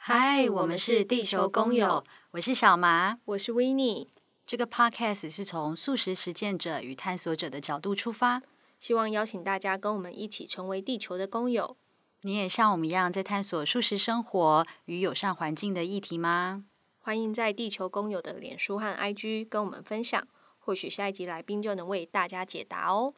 嗨，我们是地球工友，我是小麻， 我是 Winnie。 这个 podcast 是从素食实践者与探索者的角度出发， 希望邀请大家跟我们一起成为地球的工友。 你也像我们一样在探索素食生活与友善环境的议题吗？ 欢迎在地球工友的脸书和 IG 跟我们分享，或许下一集来宾就能为大家解答哦。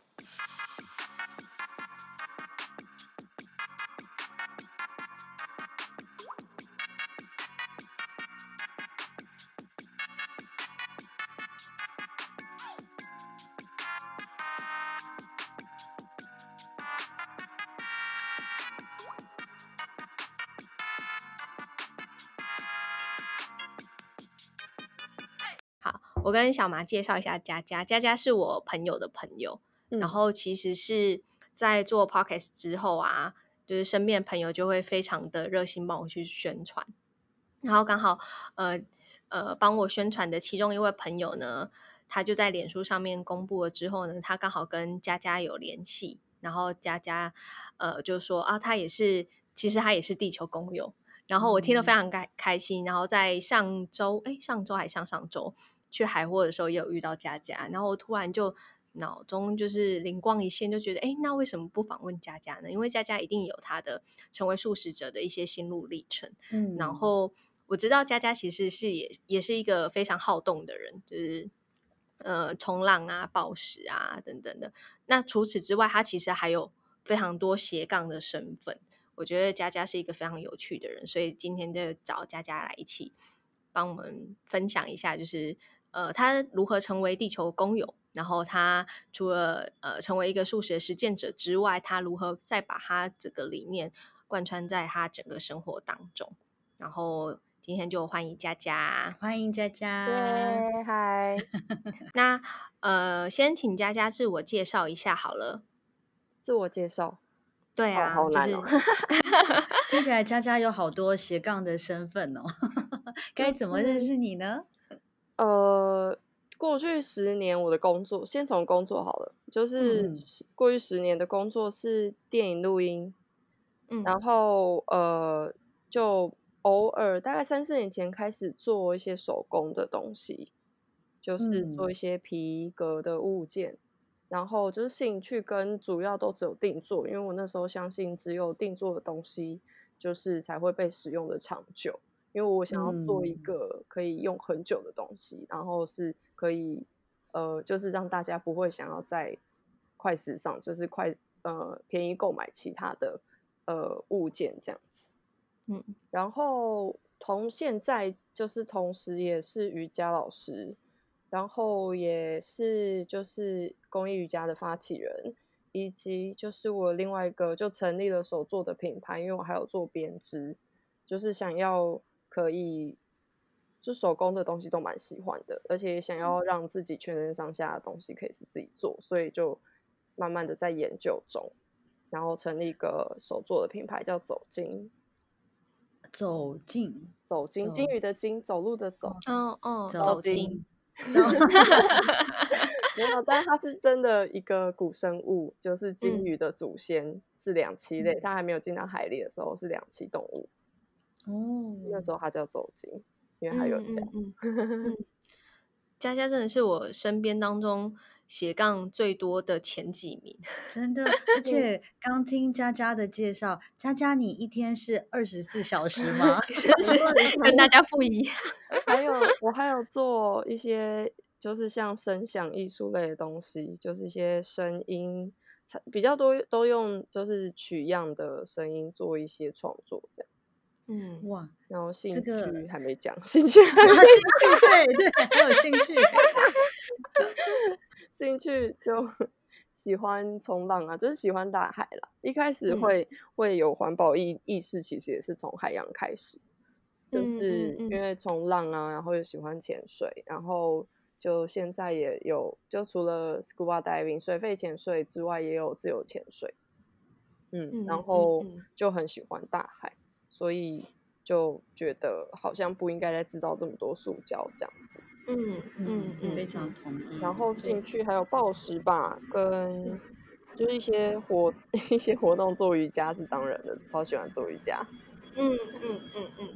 好，我跟小麻介绍一下佳佳。佳佳是我朋友的朋友，然后其实是在做 podcast 之后啊，就是身边的朋友就会非常的热心帮我去宣传，然后刚好帮我宣传的其中一位朋友呢，他就在脸书上面公布了之后呢，他刚好跟佳佳有联系，然后佳佳就说啊，其实他也是地球工友。然后我听得非常开心，然后在上周还上上周去海货的时候也有遇到佳佳，然后我突然就脑中就是灵光一现，就觉得那为什么不访问佳佳呢？因为佳佳一定有她的成为素食者的一些心路历程。然后我知道佳佳其实也是一个非常好动的人，就是冲浪啊、暴食啊等等的。那除此之外，她其实还有非常多斜杠的身份。我觉得佳佳是一个非常有趣的人，所以今天就找佳佳来一起帮我们分享一下，就是他如何成为地球工友，然后他除了成为一个素食的实践者之外，他如何再把他这个理念贯穿在他整个生活当中。然后今天就欢迎佳佳， 欢迎佳佳。 耶，嗨。 那先请佳佳自我介绍一下好了。 自我介绍， 对啊， 好难哦。 听起来佳佳有好多斜杠的身份哦，该怎么认识你呢？ 过去10年我的工作，先从工作好了，就是过去10年的工作是电影录音，然后就偶尔大概3、4年前开始做一些手工的东西，就是做一些皮革的物件，然后就是兴趣跟主要都只有定做，因为我那时候相信只有定做的东西就是才会被使用的长久。因为我想要做一个可以用很久的东西，然后是可以就是让大家不会想要在快时尚，就是便宜购买其他的物件这样子。然后现在就是同时也是瑜伽老师，然后也是就是公益瑜伽的发起人，以及就是我另外一个就成立了手做的品牌，因为我还有做编织，就是想要可以就手工的东西都蛮喜欢的，而且想要让自己全身上下的东西可以是自己做，所以就慢慢的在研究中，然后成立一个手做的品牌叫走金。 走进金鱼的金，走路的走， 走金。 没有，但它是真的一个古生物，就是金鱼的祖先是两栖类，它还没有进到海里的时候是两栖动物。那时候它叫走金，因为它有脚。 佳佳真的是我身边当中斜杠最多的前几名， 真的。而且刚听佳佳的介绍，佳佳你一天是24小时吗？ 是不是跟大家不一样？ 我还有做一些就是像声响艺术类的东西，就是一些声音比较多都用就是取样的声音做一些创作这样。 哇， 然后兴这个趣还没讲，兴趣还没对，还有兴趣。 兴趣就喜欢冲浪啊，就是喜欢大海啦。一开始会有环保意识，其实也是从海洋开始，就是因为冲浪啊，然后又喜欢潜水，然后就现在也有，就除了 scuba diving 水肺潜水之外，也有自由潜水。然后就很喜欢大海，所以就觉得好像不应该再制造这么多塑胶这样子。 非常同意。 然后兴趣还有暴食吧，跟就是一些活动，做瑜伽是当然的，超喜欢做瑜伽。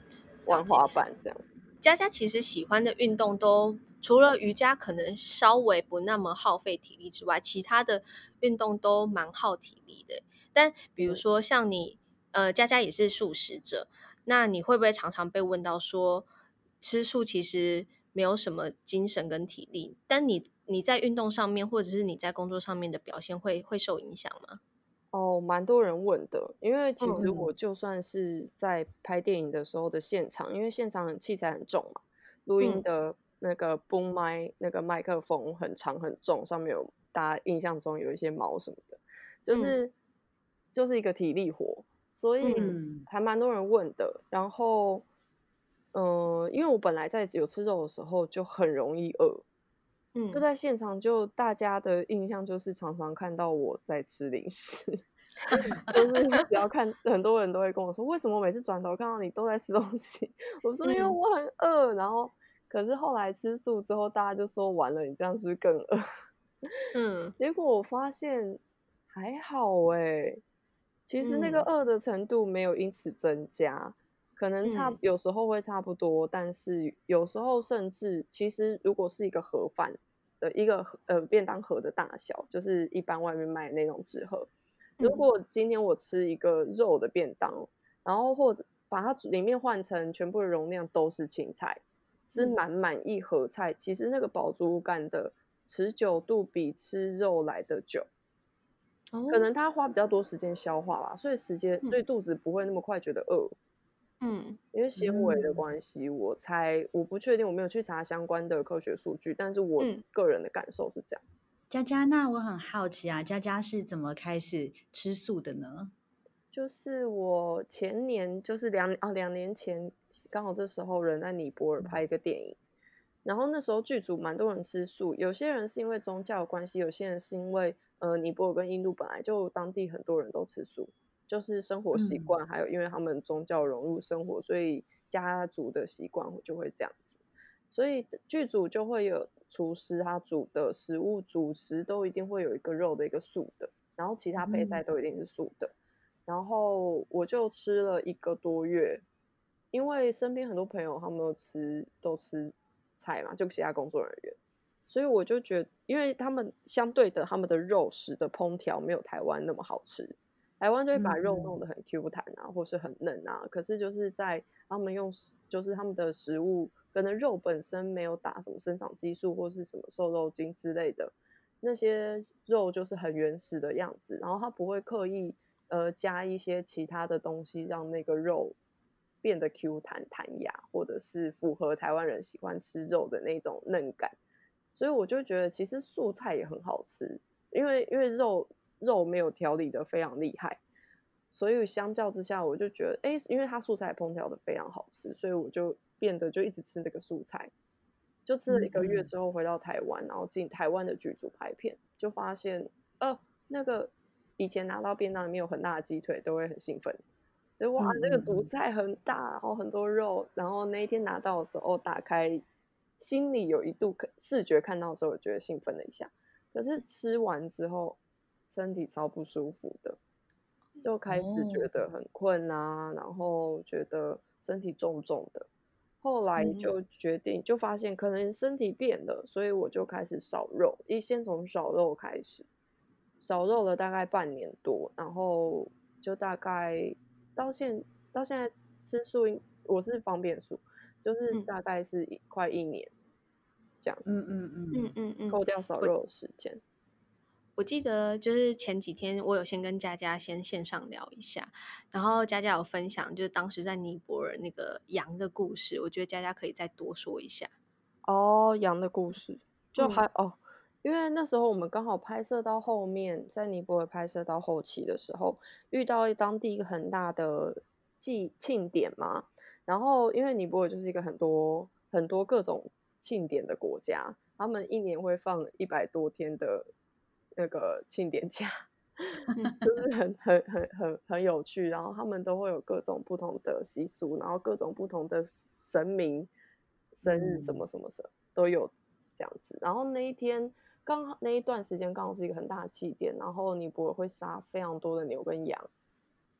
玩滑板这样。 佳佳其实喜欢的运动都除了瑜伽可能稍微不那么耗费体力之外，其他的运动都蛮耗体力的。但比如说像你，佳佳也是素食者，那你会不会常常被问到说，吃素其实没有什么精神跟体力，但你在运动上面或者是你在工作上面的表现会受影响吗？ 哦，蛮多人问的，因为其实我就算是在拍电影的时候的现场，因为现场器材很重嘛，录音的那个 boom 麦那个麦克风很长很重，上面有大家印象中有一些毛什么的，就是一个体力活，所以还蛮多人问的。然后，因为我本来在有吃肉的时候就很容易饿，就在现场就大家的印象就是常常看到我在吃零食。就是只要看很多人都会跟我说，为什么每次转头看到你都在吃东西？我说因为我很饿，然后可是后来吃素之后，大家就说完了，你这样是不是更饿？结果我发现还好诶，其实那个饿的程度没有因此增加，可能有时候会差不多，但是有时候甚至其实如果是一个盒饭的一个便当盒的大小，就是一般外面卖的那种纸盒。如果今天我吃一个肉的便当，然后或者把它里面换成全部的容量都是青菜，吃满满一盒菜，其实那个饱足感的持久度比吃肉来的久。可能它花比较多时间消化吧，所以肚子不会那么快觉得饿。因为纤维的关系，我不确定，我没有去查相关的科学数据，但是我个人的感受是这样。 佳佳，那我很好奇啊，佳佳是怎么开始吃素的呢？ 就是我前年，就是2年前，刚好这时候人在尼泊尔拍一个电影，然后那时候剧组蛮多人吃素，有些人是因为宗教的关系，有些人是因为尼泊尔跟印度本来就当地很多人都吃素，就是生活习惯，还有因为他们宗教融入生活，所以家族的习惯就会这样子，所以剧组就会有厨师他煮的食物主食都一定会有一个肉的一个素的，然后其他配菜都一定是素的。然后我就吃了1个多月，因为身边很多朋友他们都吃菜嘛，就其他工作人员，所以我就觉得，因为他们相对的他们的肉食的烹调没有台湾那么好吃，台湾就会把肉弄得很 Q 弹啊，或是很嫩啊，可是就是在他们就是他们的食物，可能肉本身没有打什么生长激素或是什么瘦肉精之类的，那些肉就是很原始的样子，然后它不会刻意加一些其他的东西，让那个肉变得 Q 弹弹牙，或者是符合台湾人喜欢吃肉的那种嫩感。所以我就觉得其实素菜也很好吃，因为肉没有调理的非常厉害，所以相较之下，我就觉得，因为它素菜烹调的非常好吃，所以我就变得就一直吃那个素菜。就吃了1个月之后回到台湾，然后进台湾的剧组拍片，就发现，那个以前拿到便当里面有很大的鸡腿，都会很兴奋，就哇，那个主菜很大，然后很多肉，然后那一天拿到的时候，打开，心里有一度视觉看到的时候，我觉得兴奋了一下，可是吃完之后，身体超不舒服的，就开始觉得很困啊，然后觉得身体重重的。后来就决定，就发现可能身体变了，所以我就开始少肉，先从少肉开始，少肉了大概半年多，然后就大概到现到现在吃素，我是方便素，就是大概是快1年这样，扣掉少肉的时间。 我记得就是前几天我有先跟佳佳先线上聊一下，然后佳佳有分享就是当时在尼泊尔那个羊的故事，我觉得佳佳可以再多说一下。 哦，羊的故事，因为那时候我们刚好拍摄到后面，在尼泊尔拍摄到后期的时候，遇到当地一个很大的庆典嘛，然后因为尼泊尔就是一个很多很多各种庆典的国家，他们一年会放100多天的那个庆典假，就是很有趣，然后他们都会有各种不同的习俗，然后各种不同的神明生日什么什么都有这样子。然后那一天刚好那一段时间刚好是一个很大的祭典，然后尼泊尔会杀非常多的牛跟羊，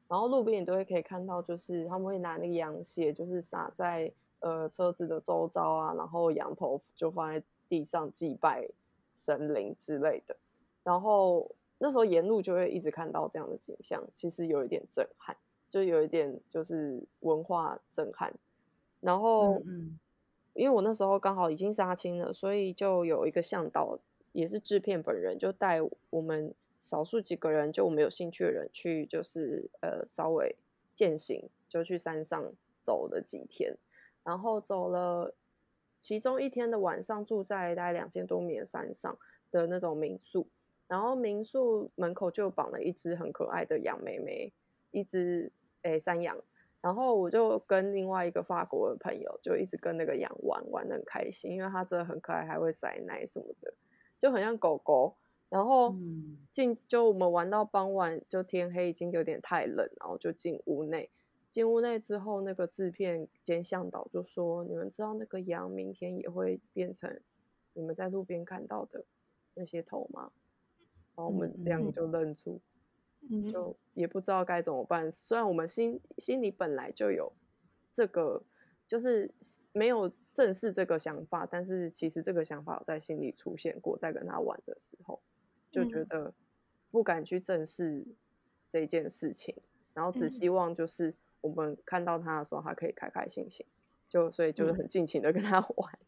然后路边你都会可以看到，就是他们会拿那个羊血，就是撒在车子的周遭啊，然后羊头就放在地上祭拜神灵之类的。然后那时候沿路就会一直看到这样的景象，其实有一点震撼，就有一点就是文化震撼。然后因为我那时候刚好已经杀青了，所以就有一个向导也是制片本人，就带我们少数几个人，就我们有兴趣的人去，就是稍微健行，就去山上走了几天，然后走了其中一天的晚上，住在大概2000多米的山上的那种民宿，然后民宿门口就绑了一只很可爱的羊妹妹，一只山羊。然后我就跟另外一个法国的朋友就一直跟那个羊玩得很开心，因为它真的很可爱，还会塞奶什么的，就很像狗狗。然后就我们玩到傍晚，就天黑，已经有点太冷，然后就进屋内。进屋内之后，那个制片兼向导就说：“你们知道那个羊明天也会变成你们在路边看到的那些头吗？”然后我们两个就愣住。就也不知道该怎么办。虽然我们心里本来就有这个，就是没有正视这个想法，但是其实这个想法有在心里出现过，在跟他玩的时候，就觉得不敢去正视这件事情，然后只希望就是我们看到他的时候，他可以开开心心，所以就是很尽情的跟他玩。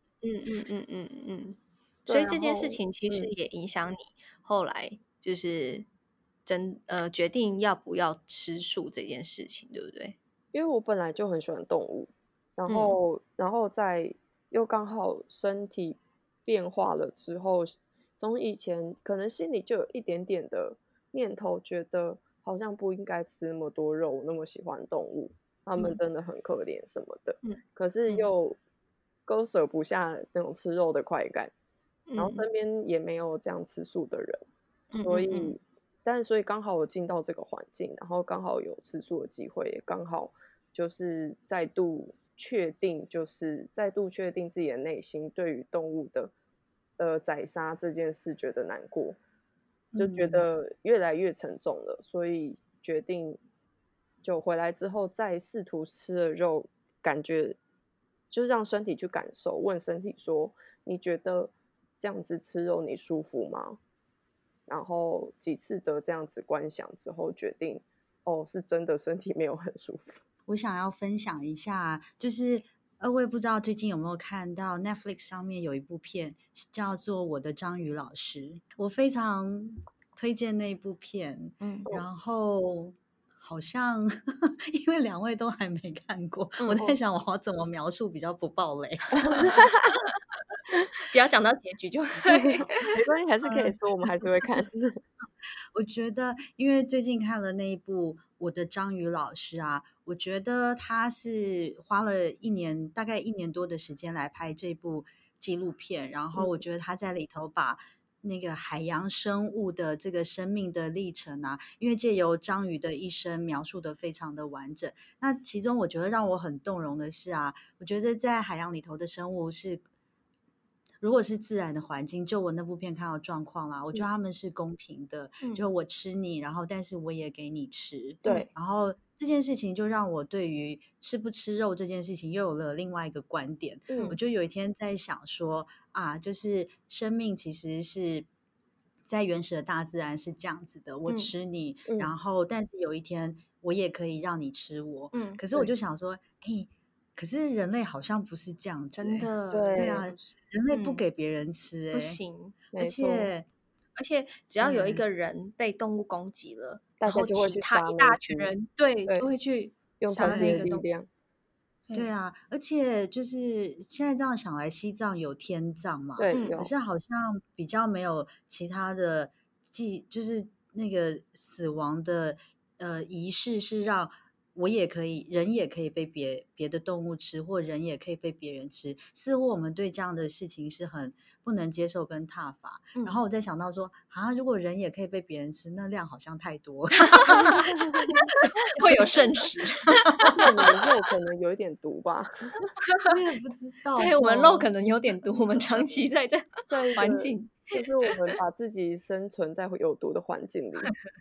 所以这件事情其实也影响你后来就是决定要不要吃素这件事情，对不对？ 因为我本来就很喜欢动物，然后又刚好身体变化了之后，从以前可能心里就有一点点的念头，觉得好像不应该吃那么多肉，我那么喜欢动物，他们真的很可怜什么的，可是又割舍不下那种吃肉的快感，然后身边也没有这样吃素的人，所以刚好我进到这个环境，然后刚好有吃素的机会，也刚好就是再度确定自己的内心对于动物的宰杀这件事觉得难过，就觉得越来越沉重了，所以决定就回来之后再试图吃了肉，感觉就是让身体去感受，问身体说你觉得这样子吃肉你舒服吗？然后几次的这样子观想之后，决定是真的身体没有很舒服。 我想要分享一下，就是我也不知道最近有没有看到 Netflix 上面有一部片叫做《我的章鱼老师》，我非常推荐那部片。然后好像因为2位都还没看过，我在想我要怎么描述比较不爆雷。 不要讲到结局就没关系，还是可以说我们还是会看。 我觉得因为最近看了那一部《我的章鱼老师》啊，我觉得他是花了大概1年多的时间来拍这部纪录片，然后我觉得他在里头把那个海洋生物的这个生命的历程啊，因为借由章鱼的一生描述的非常的完整。那其中我觉得让我很动容的是啊，我觉得在海洋里头的生物如果是自然的环境，就我那部片看到状况啦，我觉得他们是公平的，就我吃你，然后但是我也给你吃。 对， 然后这件事情就让我对于吃不吃肉这件事情又有了另外一个观点。我就有一天在想说啊，就是生命其实是在原始的大自然是这样子的，我吃你，然后但是有一天我也可以让你吃我。可是我就想说，可是人类好像不是这样子， 真的， 对啊，人类不给别人吃， 不行， 而且只要有一个人被动物攻击了，然后大家就会其他一大群人就会去用杀团体的那个动物。 力量。 对啊，而且就是现在这样想来，西藏有天葬嘛， 对， 可是好像比较没有其他的就是那个死亡的仪式是让人也可以被别的动物吃，或人也可以被别人吃。似乎我们对这样的事情是很不能接受跟挞伐。然后我在想到说，如果人也可以被别人吃，那量好像太多， 会有剩食。 我们的肉可能有一点毒吧， 我也不知道。 对，我们肉可能有点毒，我们长期在这环境， 就是我们把自己生存在有毒的环境里。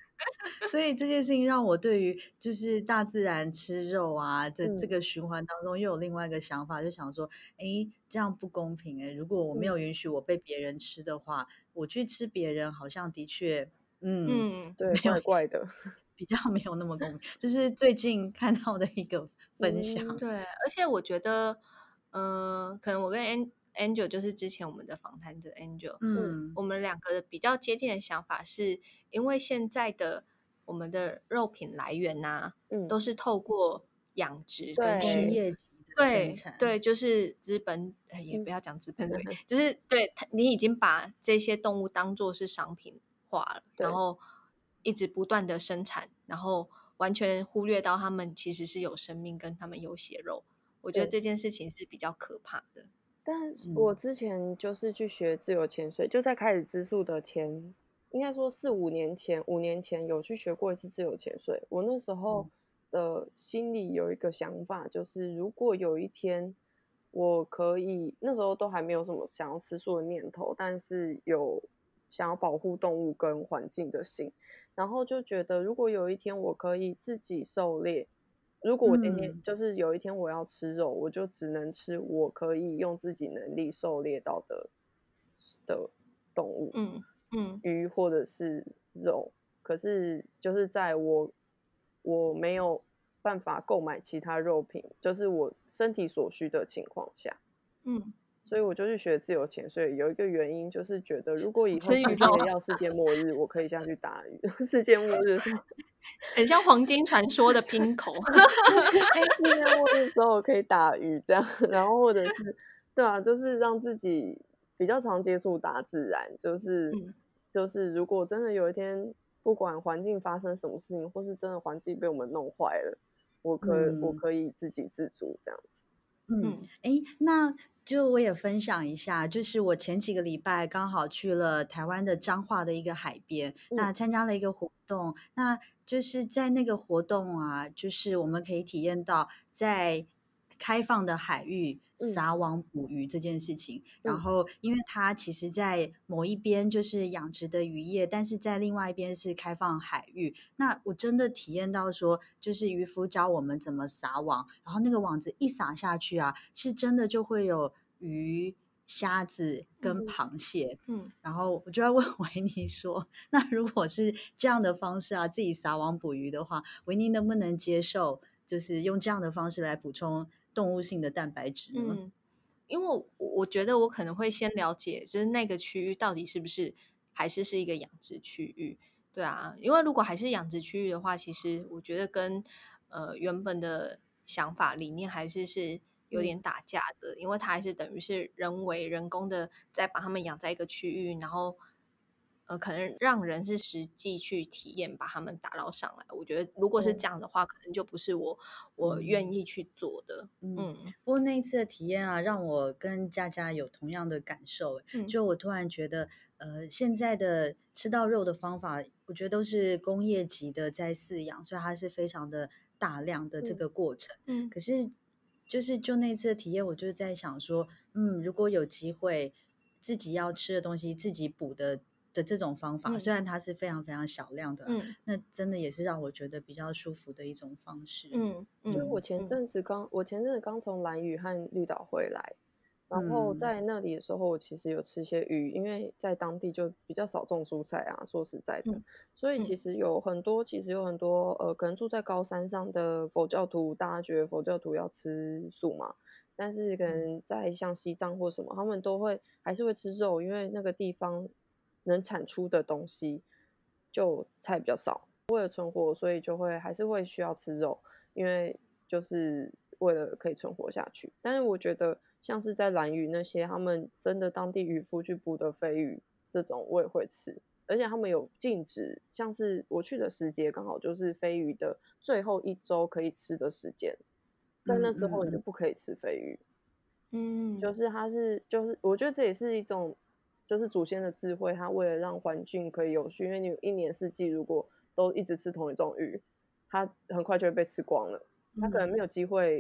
所以这件事情让我对于就是大自然吃肉啊，这个循环当中又有另外一个想法，就想说，哎，这样不公平哎！如果我没有允许我被别人吃的话，我去吃别人，好像的确， 对， 没有怪怪的， 比较没有那么公平。这是最近看到的一个分享。 对，而且我觉得，可能我跟 Angel 就是之前我们的访谈者 Angel，我们两个比较接近的想法是，因为现在的我们的肉品来源呐，都是透过养殖跟工畜业级的生产， 对，就是资本，也不要讲资本主义，就是对你已经把这些动物当作是商品化了，然后一直不断的生产，然后完全忽略到他们其实是有生命，跟他们有血肉。我觉得这件事情是比较可怕的。 但我之前就是去学自由潜水，就在开始吃素的前，应该说5年前有去学过一次自由潜水。我那时候的心里有一个想法，就是如果有一天我可以，那时候都还没有什么想要吃素的念头，但是有想要保护动物跟环境的心，然后就觉得如果有一天我可以自己狩猎。如果我今天就是有一天我要吃肉，我就只能吃我可以用自己能力狩猎到的动物，鱼或者是肉。可是就是在我没有办法购买其他肉品，就是我身体所需的情况下，所以我就去学自由潜水。有一个原因就是觉得，如果以后世界要世界末日，我可以下去打鱼。世界末日的时候。 很像黄金传说的冰口， 世界末日的时候我可以打鱼这样，然后或者是对啊，就是让自己比较常接触大自然，就是如果真的有一天，不管环境发生什么事情，或是真的环境被我们弄坏了，我可以自给自足这样子。 那就我也分享一下，就是我前几个礼拜刚好去了台湾的彰化的一个海边，那参加了一个活动，那就是在那个活动啊，就是我们可以体验到在开放的海域撒网捕鱼这件事情。然后，因为它其实在某一边就是养殖的渔业，但是在另外一边是开放海域。那我真的体验到说，就是渔夫教我们怎么撒网，然后那个网子一撒下去啊，是真的就会有鱼、虾子跟螃蟹。然后我就要问维尼说，那如果是这样的方式啊，自己撒网捕鱼的话，维尼能不能接受，就是用这样的方式来补充动物性的蛋白质呢？ 因为我觉得我可能会先了解，就是那个区域到底是不是还是一个养殖区域，对啊，因为如果还是养殖区域的话，其实我觉得跟原本的想法理念还是有点打架的，因为它还是等于是人工的在把它们养在一个区域，然后可能让人是实际去体验把它们打捞上来。我觉得如果是这样的话，可能就不是我愿意去做的。 不过那一次的体验啊，让我跟佳佳有同样的感受。就我突然觉得，现在的吃到肉的方法，我觉得都是工业级的在饲养，所以它是非常的大量的这个过程。可是就那次的体验，我就在想说，如果有机会自己要吃的东西自己补的这种方法，虽然它是非常非常小量的，那真的也是让我觉得比较舒服的一种方式。 就我前阵子刚从兰屿和绿岛回来，然后在那里的时候，我其实有吃些鱼，因为在当地就比较少种蔬菜啊，说实在的，所以其实有很多可能住在高山上的佛教徒，大家觉得佛教徒要吃素嘛，但是可能在像西藏或什么，他们还是会吃肉，因为那个地方能产出的东西就菜比较少。为了存活，所以还是会需要吃肉，因为就是为了可以存活下去。但是我觉得像是在兰屿那些他们真的当地渔夫去捕的飞鱼，这种我也会吃，而且他们有禁止，像是我去的时节刚好就是飞鱼的最后1周可以吃的时间，在那之后你就不可以吃飞鱼。就是我觉得这也是一种就是祖先的智慧，他为了让环境可以有序，因为你一年四季如果都一直吃同一种鱼，它很快就会被吃光了，它可能没有机会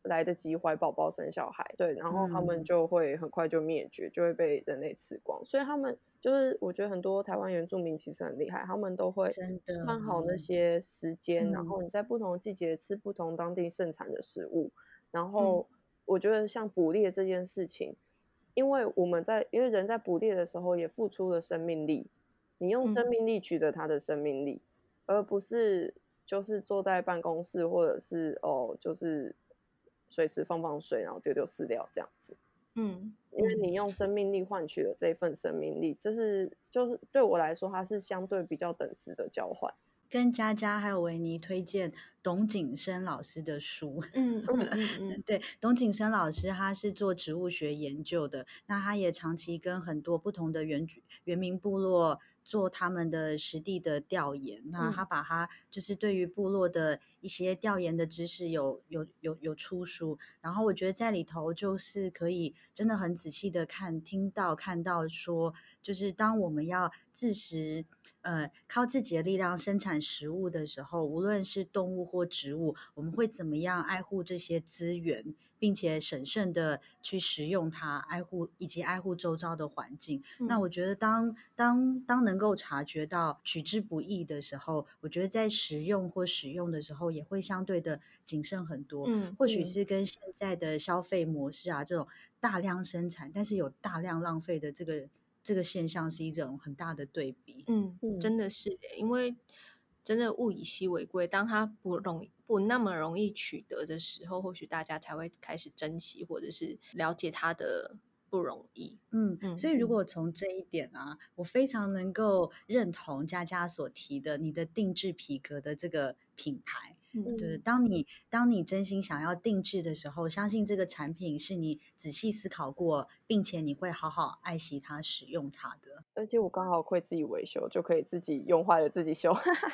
来得及怀宝宝生小孩，对，然后他们就会很快就灭绝，就会被人类吃光。所以他们就是我觉得很多台湾原住民其实很厉害，他们都会真的， 算好那些时间，然后你在不同的季节吃不同当地盛产的食物。然后我觉得像捕猎这件事情，因为人在捕猎的时候也付出了生命力，你用生命力取得他的生命力，而不是就是坐在办公室或者是就是随时放水，然后丢饲料这样子。因为你用生命力换取了这一份生命力，就是对我来说，它是相对比较等值的交换。 跟佳佳还有维尼推荐董景生老师的书。对，董景生老师他是做植物学研究的，那他也长期跟很多不同的原民部落做他们的实地的调研。那他把他就是对于部落的一些调研的知识有出书，然后我觉得在里头就是可以真的很仔细的看到说，就是当我们要靠自己的力量生产食物的时候，无论是动物或植物，我们会怎么样爱护这些资源，并且审慎的去食用它，爱护周遭的环境。那我觉得当能够察觉到取之不易的时候，我觉得在食用或使用的时候也会相对的谨慎很多。或许是跟现在的消费模式啊，这种大量生产但是有大量浪费的这个现象是一种很大的对比。 真的是耶，因为真的物以稀为贵，当它不那么容易取得的时候，或许大家才会开始珍惜，或者是了解它的不容易。 所以如果从这一点啊，我非常能够认同佳佳所提的你的定制皮革的这个品牌。就是当你真心想要定制的时候，相信这个产品是你仔细思考过，并且你会好好爱惜它、使用它的。 而且我刚好会自己维修，就可以自己用坏了自己修。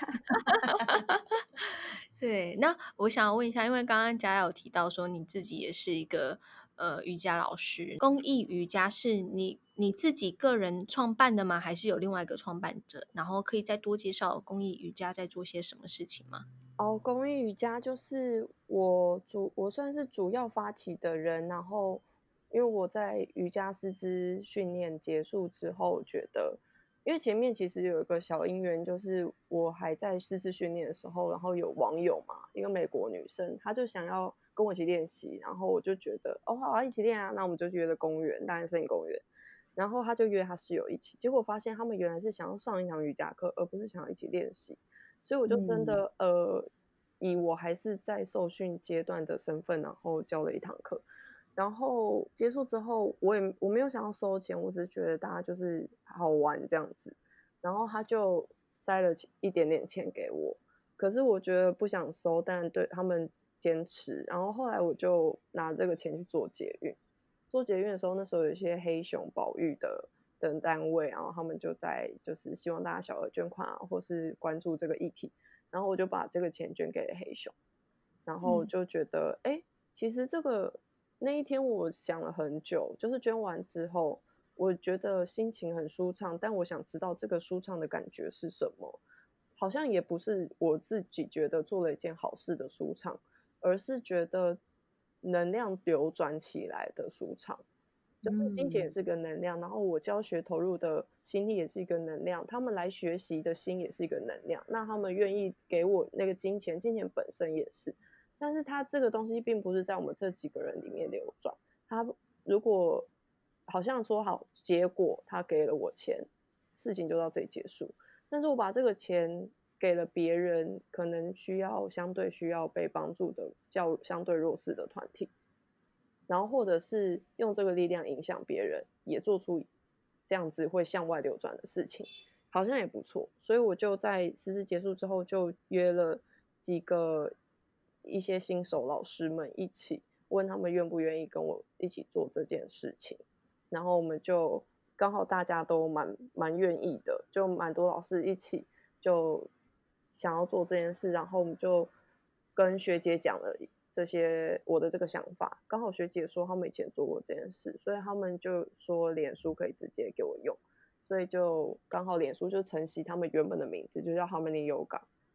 对，那我想问一下，因为刚刚佳佳有提到说你自己也是一个瑜伽老师，公益瑜伽是你自己个人创办的吗？还是有另外一个创办者？然后可以再多介绍公益瑜伽在做些什么事情吗？ 公益瑜伽就是我算是主要发起的人，然后因为我在瑜伽师资训练结束之后，觉得因为前面其实有一个小因缘，就是我还在师资训练的时候，然后有网友嘛，一个美国女生，她就想要跟我一起练习，然后我就觉得好啊，一起练啊，那我们就约了公园，大安森林公园，然后她就约她室友一起，结果发现他们原来是想要上一堂瑜伽课，而不是想要一起练习。所以我就真的以我还是在受训阶段的身份，然后教了一堂课，然后结束之后，我没有想要收钱，我只是觉得大家就是好玩这样子，然后他就塞了一点点钱给我，可是我觉得不想收，但对他们坚持，然后后来我就拿这个钱去做捷运，做捷运的时候，那时候有一些黑熊保育的单位，然后他们就是希望大家小额捐款啊，或是关注这个议题，然后我就把这个钱捐给了黑熊，然后就觉得，其实那一天我想了很久，就是捐完之后，我觉得心情很舒畅，但我想知道这个舒畅的感觉是什么，好像也不是我自己觉得做了一件好事的舒畅，而是觉得能量流转起来的舒畅。就是金钱也是个能量，然后我教学投入的心力也是一个能量，他们来学习的心也是一个能量，那他们愿意给我那个金钱，金钱本身也是，但是它这个东西并不是在我们这几个人里面流转，它如果好像说好，结果他给了我钱，事情就到这里结束，但是我把这个钱给了别人，可能相对需要被帮助的相对弱势的团体。然后或者是用这个力量影响别人，也做出这样子会向外流转的事情，好像也不错。所以我就在师资结束之后，就约了一些新手老师们一起，问他们愿不愿意跟我一起做这件事情。然后我们就刚好大家都蛮愿意的，就蛮多老师一起就想要做这件事，然后我们就跟学姐讲了我的这个想法，刚好学姐说他们以前做过这件事，所以他们就说脸书可以直接给我用，所以就刚好脸书就承袭他们原本的名字，就叫 Harmony Yoga。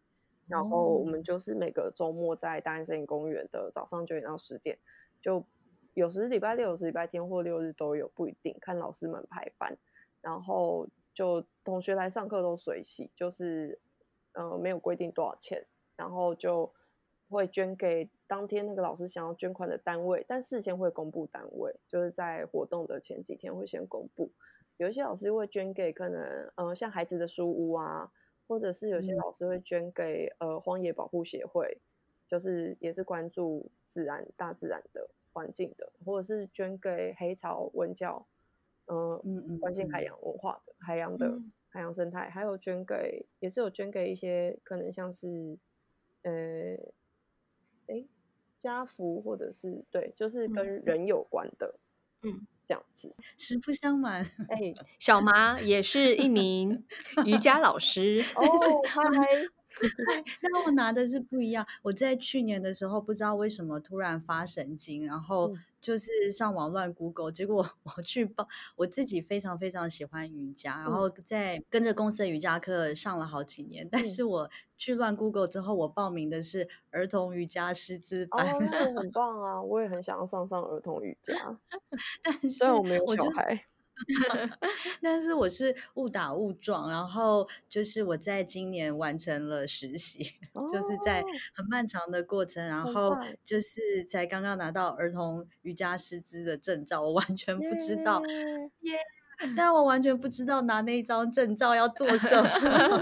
然后我们就是每个周末在大安森林公园的早上9点到10点，就有时礼拜六、有时礼拜天或6日都有，不一定看老师们排班。然后就同学来上课都随喜，就是没有规定多少钱，然后就会捐给当天那个老师想要捐款的单位，但事先会公布单位，就是在活动的前几天会先公布。有一些老师会捐给可能像孩子的书屋啊，或者是有些老师会捐给荒野保护协会，就是也是关注大自然的环境的，或者是捐给黑潮文教，关心海洋文化的海洋生态，还有也是有捐给一些可能像是呃家福或者是对，就是跟人有关的，这样子。 实不相瞒， 小麻也是一名瑜伽老师。 哦，嗨， 但我拿的是不一样。我在去年的时候不知道为什么突然发神经，然后就是上网乱 Google，结果我去报，我自己非常非常喜欢瑜伽，然后在跟着公司的瑜伽课上了好几年，但是我去乱 Google 之后，我报名的是儿童瑜伽师资班。 哦，那也很棒啊，我也很想要上儿童瑜伽， 但虽然是我没有我就小孩。 但是我是误打误撞，然后就是我在今年完成了实习，就是在哦， 很漫长的过程，然后很棒， 就是才刚刚拿到儿童瑜伽师资的证照，我完全不知道， 耶！ 耶！但我完全不知道拿那一张证照要做什么。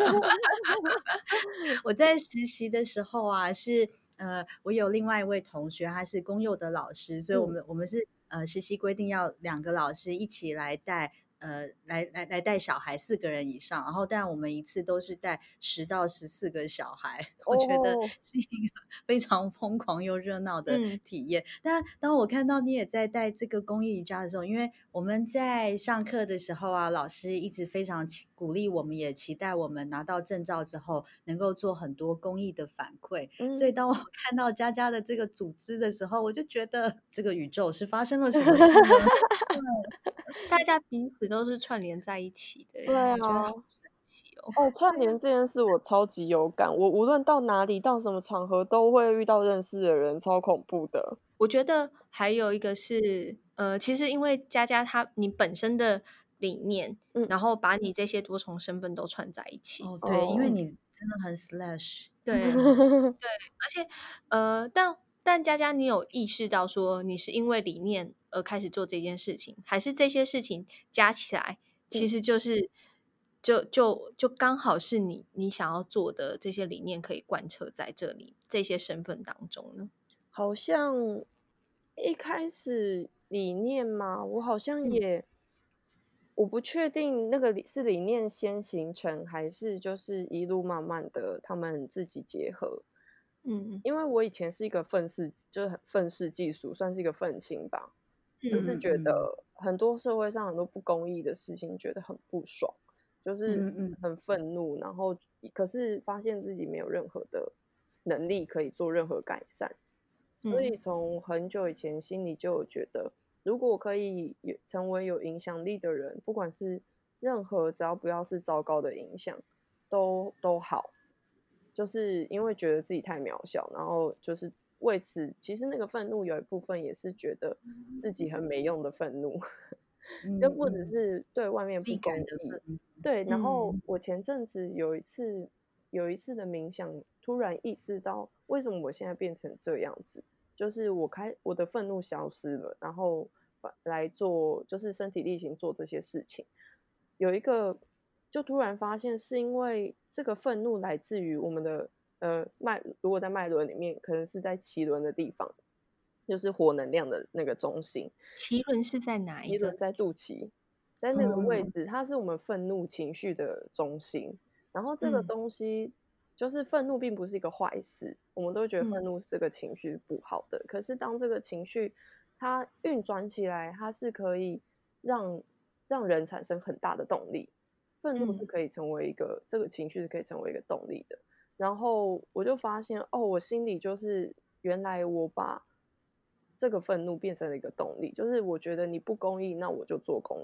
我在实习的时候啊，我有另外一位同学，他是公幼的老师，所以我们是实习规定要2个老师一起来带。来带小孩4个人以上，然后但我们一次都是带10到14个小孩，我觉得哦， 是一个非常疯狂又热闹的嗯体验。但当我看到你也在带这个公益瑜伽的时候，因为我们在上课的时候啊，老师一直非常鼓励我们，也期待我们拿到证照之后能够做很多公益的反馈。所以当我看到佳佳的这个组织的时候，我就觉得这个宇宙是发生了什么事呢？ 大家彼此都是串联在一起的， 对我觉得好啊， 神奇哦。 串联这件事我超级有感，我无论到哪里，到什么场合都会遇到认识的人，超恐怖的。 我觉得还有一个是，其实因为佳佳你本身的理念，然后把你这些多重身份都串在一起。 哦，对，因为你真的很 slash， 对，而且但佳佳，你有意识到说你是因为理念而开始做这件事情，还是这些事情加起来，其实就是就刚好是你想要做的这些理念可以贯彻在这些身份当中呢？ 好像一开始理念嘛，我好像我不确定那个是理念先形成，还是就是一路慢慢的他们自己结合。因为我以前是一个就是很愤世嫉俗，算是一个愤青吧，就是觉得很多社会上很多不公义的事情，觉得很不爽，就是很愤怒，然后可是发现自己没有任何的能力可以做任何改善，所以从很久以前心里就有觉得，如果我可以成为有影响力的人，不管是只要不要是糟糕的影响，都好。就是因为觉得自己太渺小，然后就是为此，其实那个愤怒有一部分也是觉得自己很没用的愤怒，就不只是对外面不力感公义。 的愤怒。 对，然后我前阵子有一次的冥想，突然意识到为什么我现在变成这样子，就是我的愤怒消失了，然后来做就是身体力行做这些事情。有一个就突然发现是因为这个愤怒来自于我们的如果在脉轮里面，可能是在脐轮的地方，就是火能量的那个中心。 脐轮是在哪一个？ 脐轮在肚脐，在那个位置，它是我们愤怒情绪的中心。然后这个东西就是愤怒，并不是一个坏事，我们都觉得愤怒是个情绪不好的。可是当这个情绪它运转起来，它是可以让人产生很大的动力。愤怒是可以成为这个情绪是可以成为一个动力的。然后我就发现，我心里就是原来我把这个愤怒变成了一个动力，就是我觉得你不公义，那我就做公义。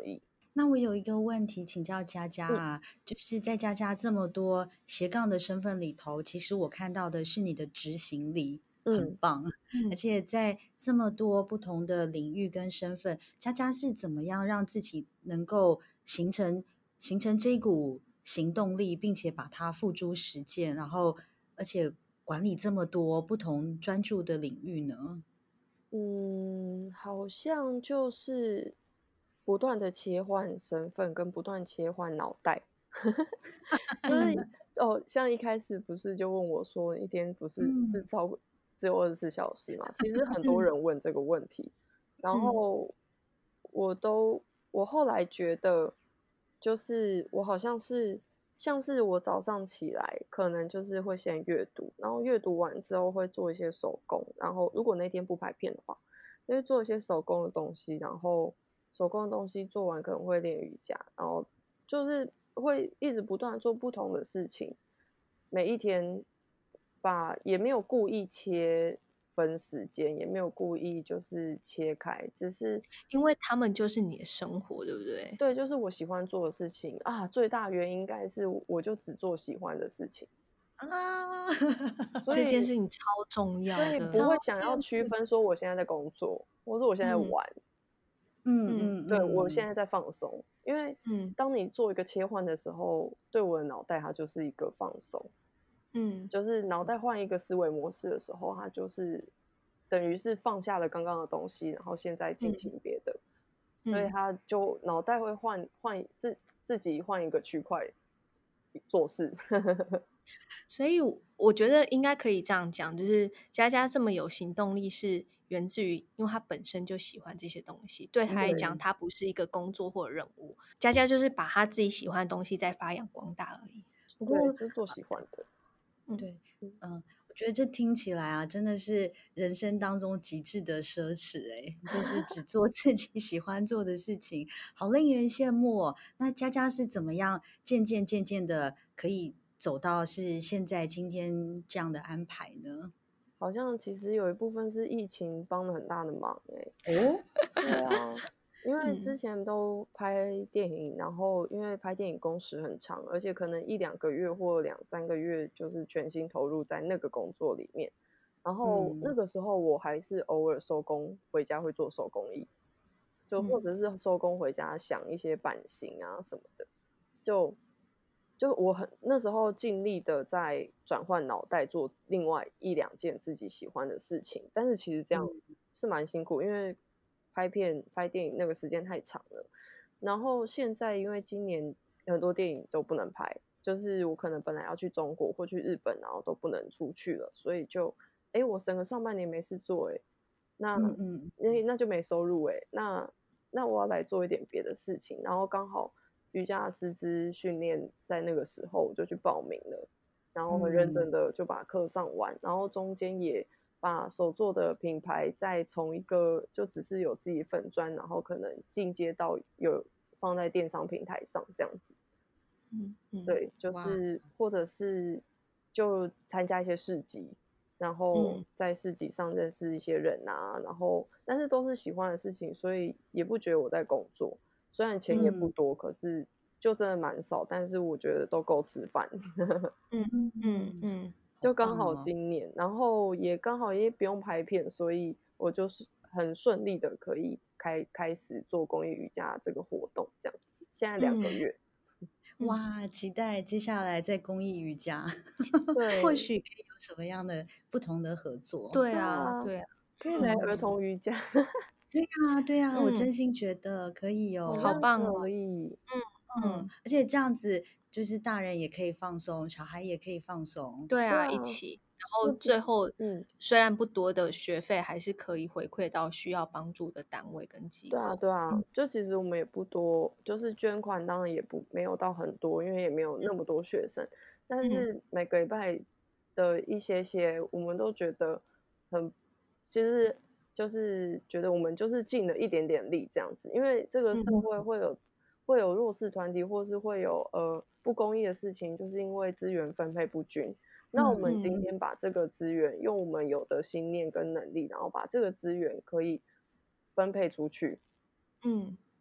那我有一个问题请教佳佳啊，就是在佳佳这么多斜杠的身份里头，其实我看到的是你的执行力很棒，而且在这么多不同的领域跟身份，佳佳是怎么样让自己能够形成这一股行动力，并且把它付诸实践，然后而且管理这么多不同专注的领域呢？ 好像就是不断的切换身份，跟不断切换脑袋。就是像一开始不是就问我说，一天不是嗯只有24小时嘛？其实很多人问这个问题，然后我后来觉得，就是我好像像是我早上起来，可能就是会先阅读，然后阅读完之后会做一些手工，然后如果那天不拍片的话，就会做一些手工的东西，然后手工的东西做完可能会练瑜伽，然后就是会一直不断地做不同的事情，每一天也没有故意切分时间，也没有故意就是切开，只是因为他们就是你的生活，对不对？ 对，就是我喜欢做的事情啊。最大原因应该是我就只做喜欢的事情， 啊， 这件所以事情超重要的。 不会超想要羡慕， 区分说我现在在工作，或是我现在在嗯玩。 嗯对，我现嗯， 在在放松，因为嗯当你做一个切换的时候，对我的脑袋它就是一个放松， 嗯就是脑袋换一个思维模式的时候，它就是等于是放下了刚刚的东西，然后现在进嗯行别的，所以嗯。 它就脑袋会自己换一个区块做事。 所以我觉得应该可以这样讲，就是佳佳这么有行动力，是源自于因为他本身就喜欢这些东西，对他来讲， 对它不是一个工作或任务。佳佳就是把他自己喜欢的东西再发扬光大而已。 对， 不过就是做喜欢的。 嗯对， 嗯， 我觉得这听起来啊，真的是人生当中极致的奢侈就是只做自己喜欢做的事情，好令人羡慕哦。那佳佳是怎么样渐渐的可以走到是现在今天这样的安排呢？ 好像其实有一部分是疫情帮了很大的忙欸。 哦， 对啊，因为之嗯前都拍电影，然后因为拍电影工时很长，而且可能1-2个月或2-3个月就是全心投入在那个工作里面。然后那嗯个时候我还是偶尔收工回家会做手工艺，就或嗯者是收工回家想一些版型啊什么的，就我那时候尽力的在转换脑袋做另外1-2件自己喜欢的事情，但是其实这样嗯是蛮辛苦，因为拍电影那个时间太长了。然后现在因为今年很多电影都不能拍，就是我可能本来要去中国或去日本，然后都不能出去了，所以我省个上半年没事做那嗯嗯那就没收入那我要来做一点别的事情，然后刚好瑜伽的师资训练在那个时候我就去报名了，然后很认真嗯的就把课上完，然后中间也把手做的品牌再从一个就只是有自己粉专，然后可能进阶到有放在电商平台上这样子。 嗯嗯， 对，就哇， 是或者是就参加一些市集，然后嗯在市集上认识一些人啊，然后但是都是喜欢的事情，所以也不觉得我在工作。虽然钱也不嗯多，可是就真的蛮少，但是我觉得都够吃饭。 嗯嗯嗯， 嗯好就刚好棒哦。 今年，然后也刚好也不用拍片，所以我就是很顺利的可以开始做公益瑜伽这个活动，这样子。现在嗯 2个月。 嗯， 哇，期待接下来在公益瑜伽，或对， 许可以有什么样的不同的合作。 对对啊， 啊对啊， 可以来儿嗯， 童瑜伽。 对呀，对呀，我真嗯， 心觉得可以好好哦。 像可棒哦， 以。 嗯。 而且这样子就是大人也可以放松，小孩也可以放松。 对啊，一对啊， 起，然后不止最后嗯， 虽然不多的学费，还是可以回馈到需要帮助的单位跟机对啊构。 对啊，就其实我们也不多，就是捐款当然也没有到很多，因为也没有那么多学生，但嗯是每个礼拜的一些，我们都觉得很其实就是觉得我们就是尽了一点点力这样子。因为这个嗯社会会有弱势团体，或是会有不公义的事情，就是因为资源分配不均。那我们今嗯天把这个资源用我们有的心念跟能力，然后把这个资源可以分配出去， 嗯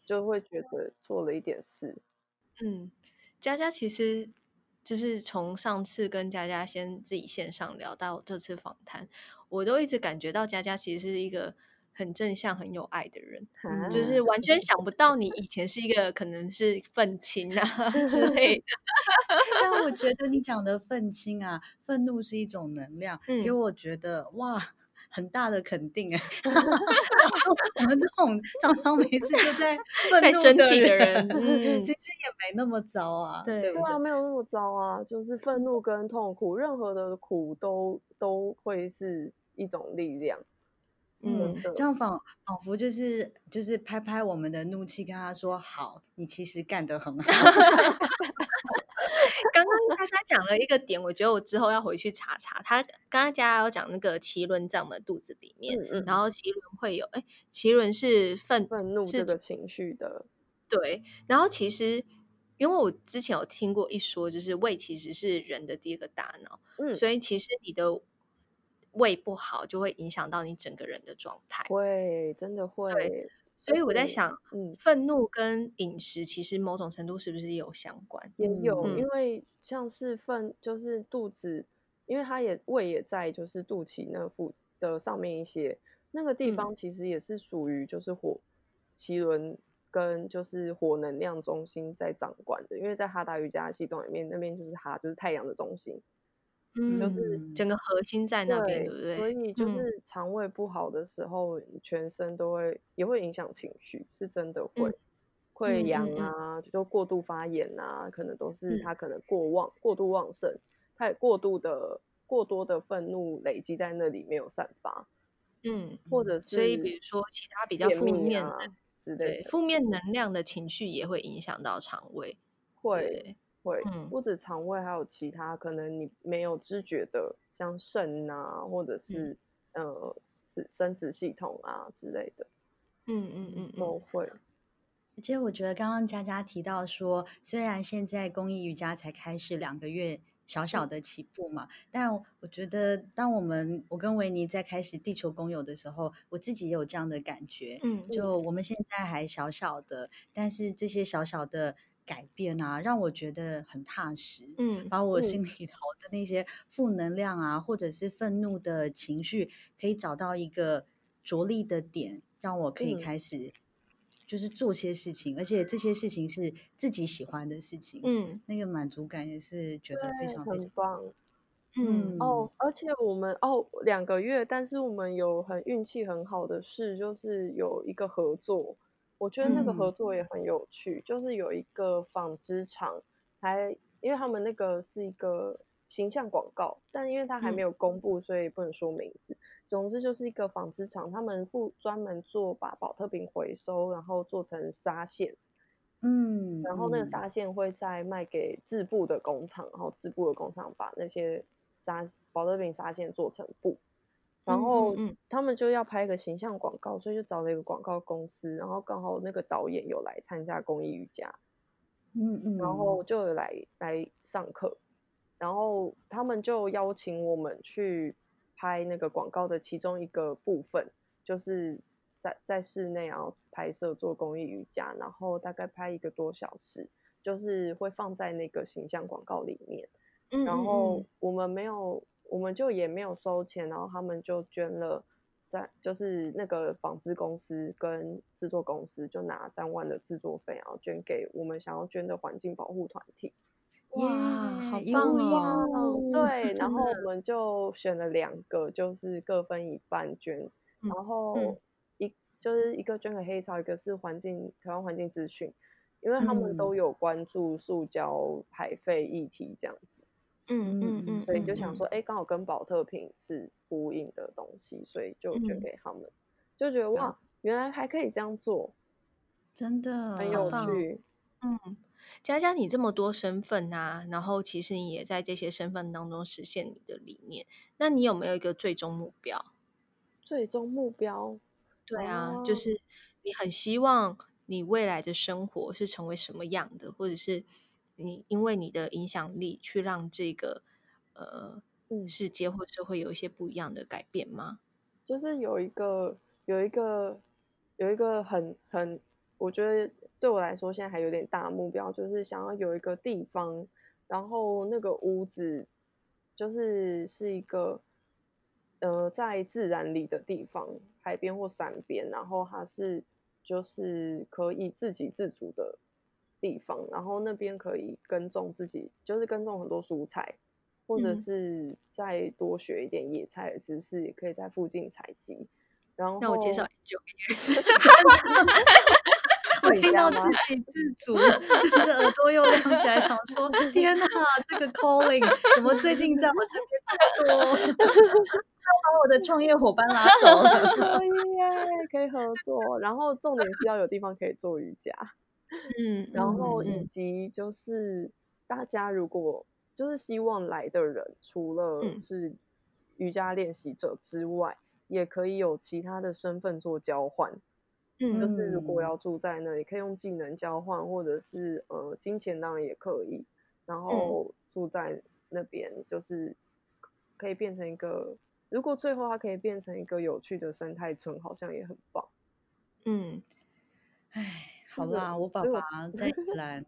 就会觉得做了一点事。 佳佳其实就是从上次跟佳佳先自己线上聊到这次访谈，我都一直感觉到佳佳其实是一个很正向、很有爱的人，就是完全想不到你以前是一个可能是愤青啊之类的。 但我觉得你讲的愤青啊，愤怒是一种能量，给我觉得哇，很大的肯定哎。说我们这种常常没事就在愤怒生气的人， 人， 其实也没那么糟啊，对不对？ 对啊，没有那么糟啊，就是愤怒跟痛苦，任何的苦都会是一种力量。 这样仿佛就是拍拍我们的怒气，跟他说好，你其实干得很好。 刚刚佳佳讲了一个点，我觉得我之后要回去查查。他刚刚佳佳有讲那个脐轮在我们肚子里面，然后脐轮会有，脐轮是愤怒这个情绪的， 对。然后其实因为我之前有听过一说，就是胃其实是人的第二个大脑，所以其实你的胃不好，就会影响到你整个人的状态。 会，真的会。 对，所以我在想，愤怒跟饮食其实某种程度是不是也有相关？ 也有，因为像是就是肚子，因为它胃也在就是肚脐那的上面一些那个地方，其实也是属于就是脐轮跟就是火能量中心在掌管的，因为在哈达瑜伽系统里面，那边就是就是太阳的中心。就是整个核心在那边，对不对？ 所以就是肠胃不好的时候，全身也会影响情绪，是真的会阳啊，就过度发炎啊，可能都是他可能过度旺盛，太过多的愤怒累积在那里没有散发，或者是所以比如说其他比较便负面秘啊之类的， 负面能量的情绪也会影响到肠胃， 会，不止肠胃，还有其他可能你没有知觉的，像肾啊，或者是生殖系统啊之类的，都会。 其实我觉得刚刚佳佳提到说，虽然现在公益瑜伽才开始2个月，小小的起步嘛，但我觉得当我跟维尼在开始地球公有的时候，我自己也有这样的感觉。就我们现在还小小的，但是这些小小的改变啊，让我觉得很踏实。把我心里头的那些负能量啊，或者是愤怒的情绪，可以找到一个着力的点，让我可以开始。就是做些事情，而且这些事情是自己喜欢的事情，那个满足感也是觉得非对， 常非常很棒。 嗯而且我们2个月，但是我们有运气很好的是，就是有一个合作，我觉得那个合作也很有趣，就是有一个纺织厂，因为他们那个是一个形象广告，但因为它还没有公布，所以不能说名字。总之就是一个纺织厂，他们专门把保特瓶回收，然后做成纱线。然后那个纱线会再卖给织布的工厂，然后织布的工厂把那些保特瓶纱线做成布，然后他们就要拍一个形象广告，所以就找了一个广告公司，然后刚好那个导演有来参加公益瑜伽，然后就有来上课，然后他们就邀请我们去拍那个广告的其中一个部分，就是在室内然后拍摄做公益瑜伽，然后大概拍1个多小时，就是会放在那个形象广告里面。然后我们就也没有收钱，然后他们就捐了就是那个纺织公司跟制作公司就拿3万的制作费，然后捐给我们想要捐的环境保护团体。 哇，好一棒物一哦！ 物， 对，然后我们就选了2个，就是各分一半捐，然后就是一个捐给黑潮，一个是台湾环境资讯，因为他们都有关注塑胶排废议题这样子。所以就想说，刚好跟保特瓶是呼应的东西，所以就捐给他们，就觉得哇，原来还可以这样做， 真的很有趣。 佳佳，你这么多身份啊，然后其实你也在这些身份当中实现你的理念，那你有没有一个最终目标？ 最终目标， 对啊，就是你很希望你未来的生活是成为什么样的，或者是你因为你的影响力去让这个世界或社会有一些不一样的改变吗？ 就是有一个我觉得对我来说现在还有点大目标，就是想要有一个地方，然后那个屋子是一个在自然里的地方，海边或山边，然后它就是可以自给自足的地方，然后那边可以耕种就是耕种很多蔬菜，或者是再多学一点野菜的知识，也可以在附近采集。然那我介绍后酒给你认识。 我听到自给自足，就是耳朵又亮起来，想说天哪，这个 calling 怎么最近在我身边这么多？把我的创业伙伴拉走了。 可以耶，可以合作。然后重点是要有地方可以做瑜伽，然后以及就是大家如果就是希望来的人，除了是瑜伽练习者之外，也可以有其他的身份做交换。就是如果要住在那里，可以用技能交换，或者是金钱当然也可以。然后住在那边，就是可以变成一个，如果最后它可以变成一个有趣的生态村，好像也很棒。 哎，好啦，我爸所以爸在宜兰，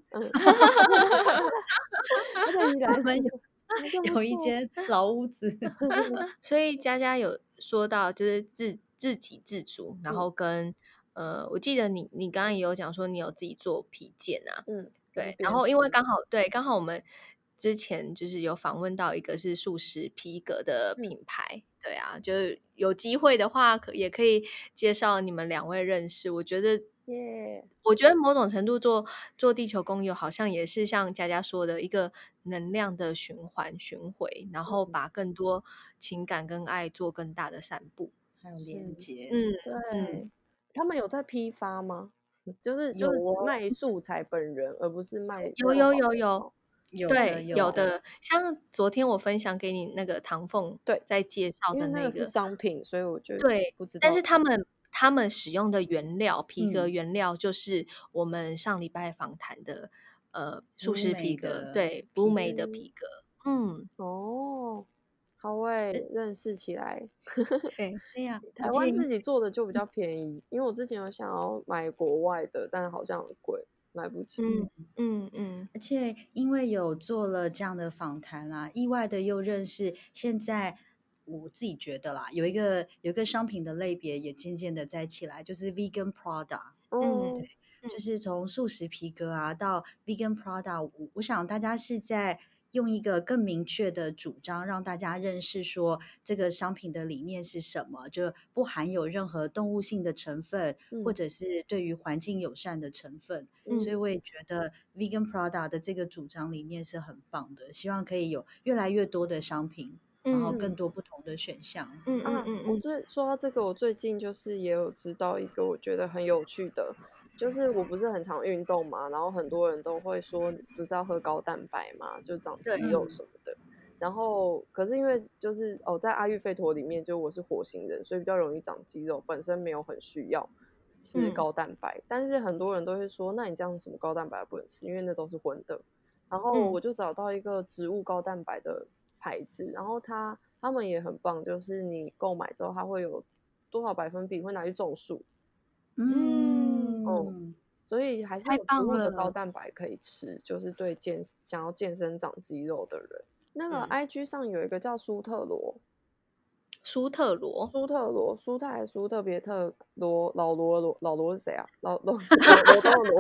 他在宜兰， 我们有一间间老屋子。 所以佳佳有说到就是自给自足，然后跟我记得你刚刚也有讲说你有自己做皮件啊，对，然后因为刚好我们之前就是有访问到一个是素食皮革的品牌，对啊，就是有机会的话也可以介绍你们两位认识。我觉得某种程度做地球公友好像也是像佳佳说的一个能量的循回，然后把更多情感跟爱做更大的散布， 还有连接。 对，他们有在批发吗？就是有哦， 卖素材本人，而不是卖有，对，有的。像昨天我分享给你那个唐凤对在介绍因为那个是的那个商品，所以我就对， 不知道。 但是他们使用的原料皮革原料就是我们上礼拜访谈的素食皮革，对，布美的皮革。 哦，好欸，认识起来。 对呀， 台湾自己做的就比较便宜，因为我之前有想要买国外的，但是好像很贵，买不起。 而且因为有做了这样的访谈啦，意外的又认识现在我自己觉得啦，有一个商品的类别也渐渐的在起来，就是 vegan product。对，就是从素食皮革啊到 vegan product，我想大家是在用一个更明确的主张，让大家认识说这个商品的理念是什么，就不含有任何动物性的成分，或者是对于环境友善的成分。所以我也觉得 vegan product 的这个主张理念是很棒的，希望可以有越来越多的商品，然后更多不同的选项。 说到这个，我最近就是也有知道一个我觉得很有趣的，就是我不是很常运动嘛，然后很多人都会说不是要喝高蛋白嘛，就长肌肉什么的。然后可是因为就是在阿育吠陀里面，就我是火星人，所以比较容易长肌肉，本身没有很需要吃高蛋白。但是很多人都会说，那你这样什么高蛋白不能吃，因为那都是荤的。然后我就找到一个植物高蛋白的牌子，然后他们也很棒，就是你购买之后，它会有多少百分比会拿去种树。所以还是有植物的高蛋白可以吃，就是对想要健身长肌肉的人。那个 IG 上有一个叫舒特罗，舒特还是舒特别特罗，老罗是谁啊？罗东的罗。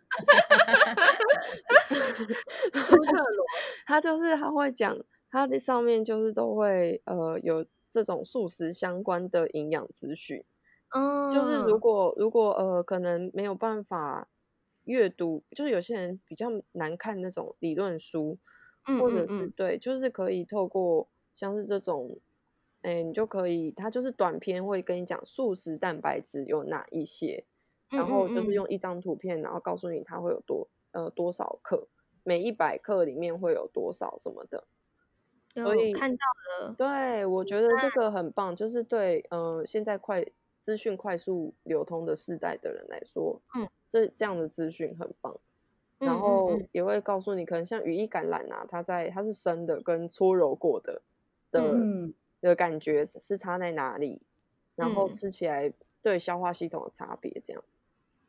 舒特罗，他会讲，他的上面就是都会有这种素食相关的营养资讯。就是如果可能没有办法阅读，就是有些人比较难看那种理论书，或者是对，就是可以透过像是这种，你就可以，它就是短篇会跟你讲素食蛋白质有哪一些，然后就是用一张图片，然后告诉你它会有多少克，每100克里面会有多少什么的。所以看到了， 对，我觉得这个很棒，就是对现在资讯快速流通的世代的人来说，这样的资讯很棒。然后也会告诉你，可能像羽衣甘蓝啊，它是生的跟搓揉过的感觉是差在哪里，然后吃起来对消化系统的差别这样。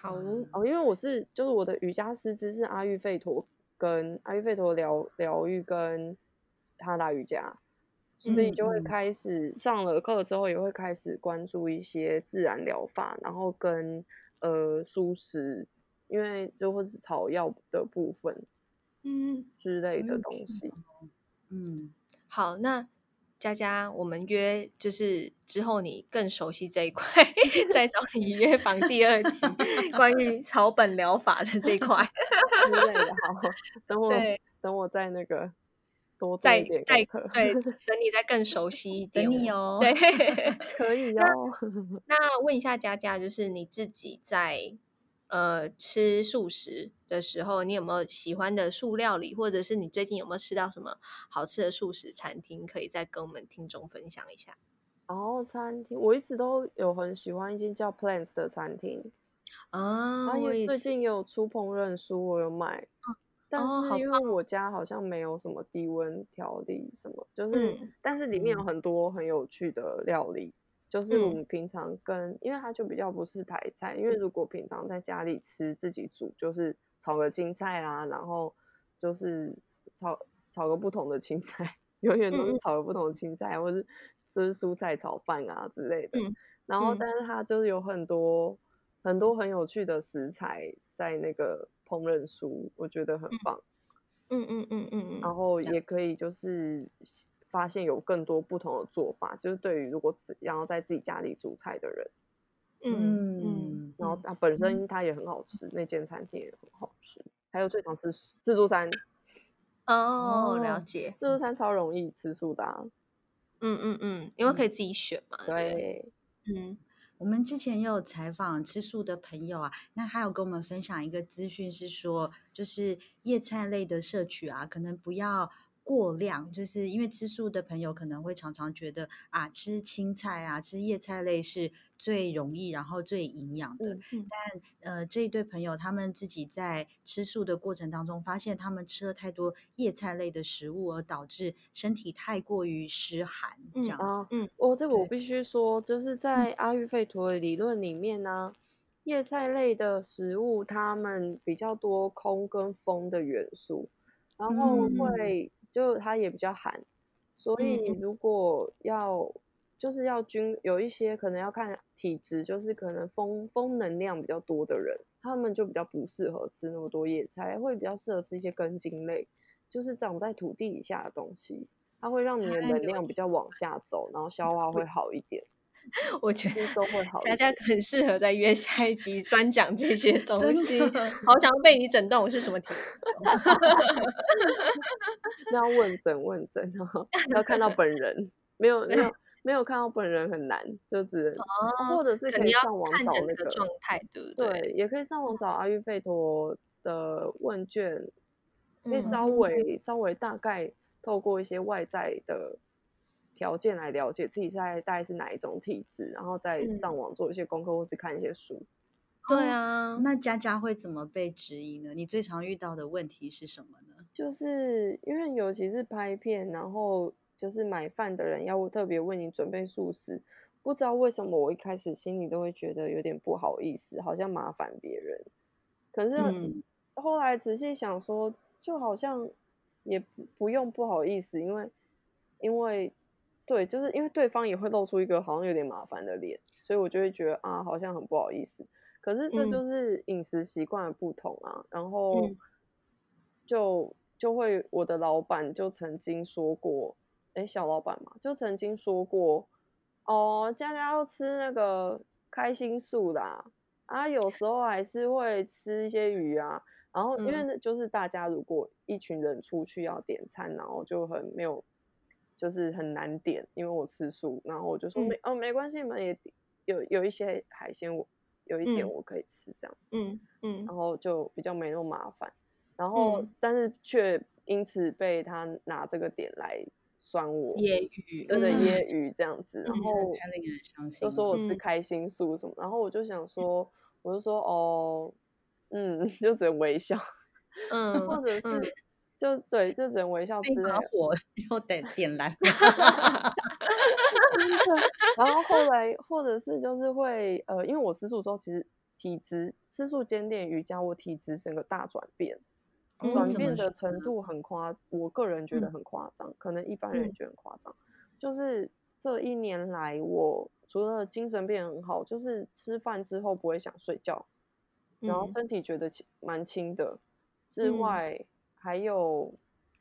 好， 因为就是我的瑜伽师资是阿育吠陀疗愈跟哈达瑜伽，所以就会开始上了课之后也会开始关注一些自然疗法，然后跟蔬食，因为就会是草药的部分之类的东西。 好，那佳佳，我们约就是之后你更熟悉这一块，再找你约访第2集，关于草本疗法的这一块之类的。好，等我再那个多做一点功课。 对，等你再更熟悉一点。 等你哦。 对， 可以哦。 那问一下佳佳，就是你自己在吃素食的时候，你有没有喜欢的素料理，或者是你最近有没有吃到什么好吃的素食餐厅，可以再跟我们听众分享一下？ 餐厅我一直都有很喜欢一间叫 Plants 的餐厅啊，我也是。 最近也有出烹饪书，我有买。但是因为我家好像没有什么低温调理什么，但是里面有很多很有趣的料理，就是我们平常因为它就比较不是台菜，因为如果平常在家里吃自己煮，就是炒个青菜啦，然后就是炒个不同的青菜，永远都是炒个不同的青菜，或是吃蔬菜炒饭啊之类的。然后但是它就是有很多很有趣的食材在那个烹饪书，我觉得很棒。然后也可以就是发现有更多不同的做法，就是对于如果要在自己家里煮菜的人。然后它本身它也很好吃，那间餐厅也很好吃。还有最常吃自助餐。 了解。 自助餐超容易吃素的。 因为可以自己选嘛。 对。 我们之前也有采访吃素的朋友啊，那他有跟我们分享一个资讯是说，就是叶菜类的摄取啊，可能不要过量，就是因为吃素的朋友可能会常常觉得啊，吃青菜啊，吃叶菜类是最容易，然后最营养的。但这一对朋友他们自己在吃素的过程当中，发现他们吃了太多叶菜类的食物，而导致身体太过于湿寒，这样子。 这个我必须说，就是在阿育吠陀的理论里面呢，叶菜类的食物它们比较多空跟风的元素，然后就它也比较寒，所以如果就是要有一些可能要看体质，就是可能风能量比较多的人，他们就比较不适合吃那么多叶菜，会比较适合吃一些根茎类，就是长在土地以下的东西。它会让你的能量比较往下走，然后消化会好一点， 我觉得吸收会好一点。 佳佳很适合再约下一集专讲这些东西，好想被你诊断我是什么体质那要问诊要看到本人，没有看到本人很难，就只能或者是可以上网找那个状态，对不对？ 对， 也可以上网找阿育吠陀的问卷，可以稍微大概透过一些外在的条件来了解自己大概是哪一种体质，然后再上网做一些功课或是看一些书。 对啊， 那佳佳会怎么被质疑呢？你最常遇到的问题是什么呢？ 就是因为尤其是拍片，然后就是买饭的人要特别为你准备素食，不知道为什么我一开始心里都会觉得有点不好意思，好像麻烦别人。可是后来仔细想说，就好像也不用不好意思，因为对，就是因为对方也会露出一个好像有点麻烦的脸，所以我就会觉得啊，好像很不好意思。可是这就是饮食习惯的不同啊，然后就会我的老板就曾经说过，小老板嘛，就曾经说过，佳佳要吃那个开心素啦，有时候还是会吃一些鱼啊。然后因为就是大家如果一群人出去要点餐，然后就很没有，就是很难点，因为我吃素，然后我就说没关系，你们也有一些海鲜有一点我可以吃这样子，然后就比较没那么麻烦。然后但是却因此被他拿这个点来酸我， 揶揄， 对揶揄这样子，然后太令人伤心就说我了。 是开心素什么，然后我就想说，我就说就只能微笑，或者是就只能微笑之类的。 火又得点燃。 然后后来或者是就是会因为我吃素之后，其实体质吃素间练瑜伽，我体质整个大转变。 怎么说转变的程度很我个人觉得很夸张，可能一般人也觉得很夸张。就是这1年来，我除了精神变很好，就是吃饭之后不会想睡觉，然后身体觉得蛮轻的之外，还有，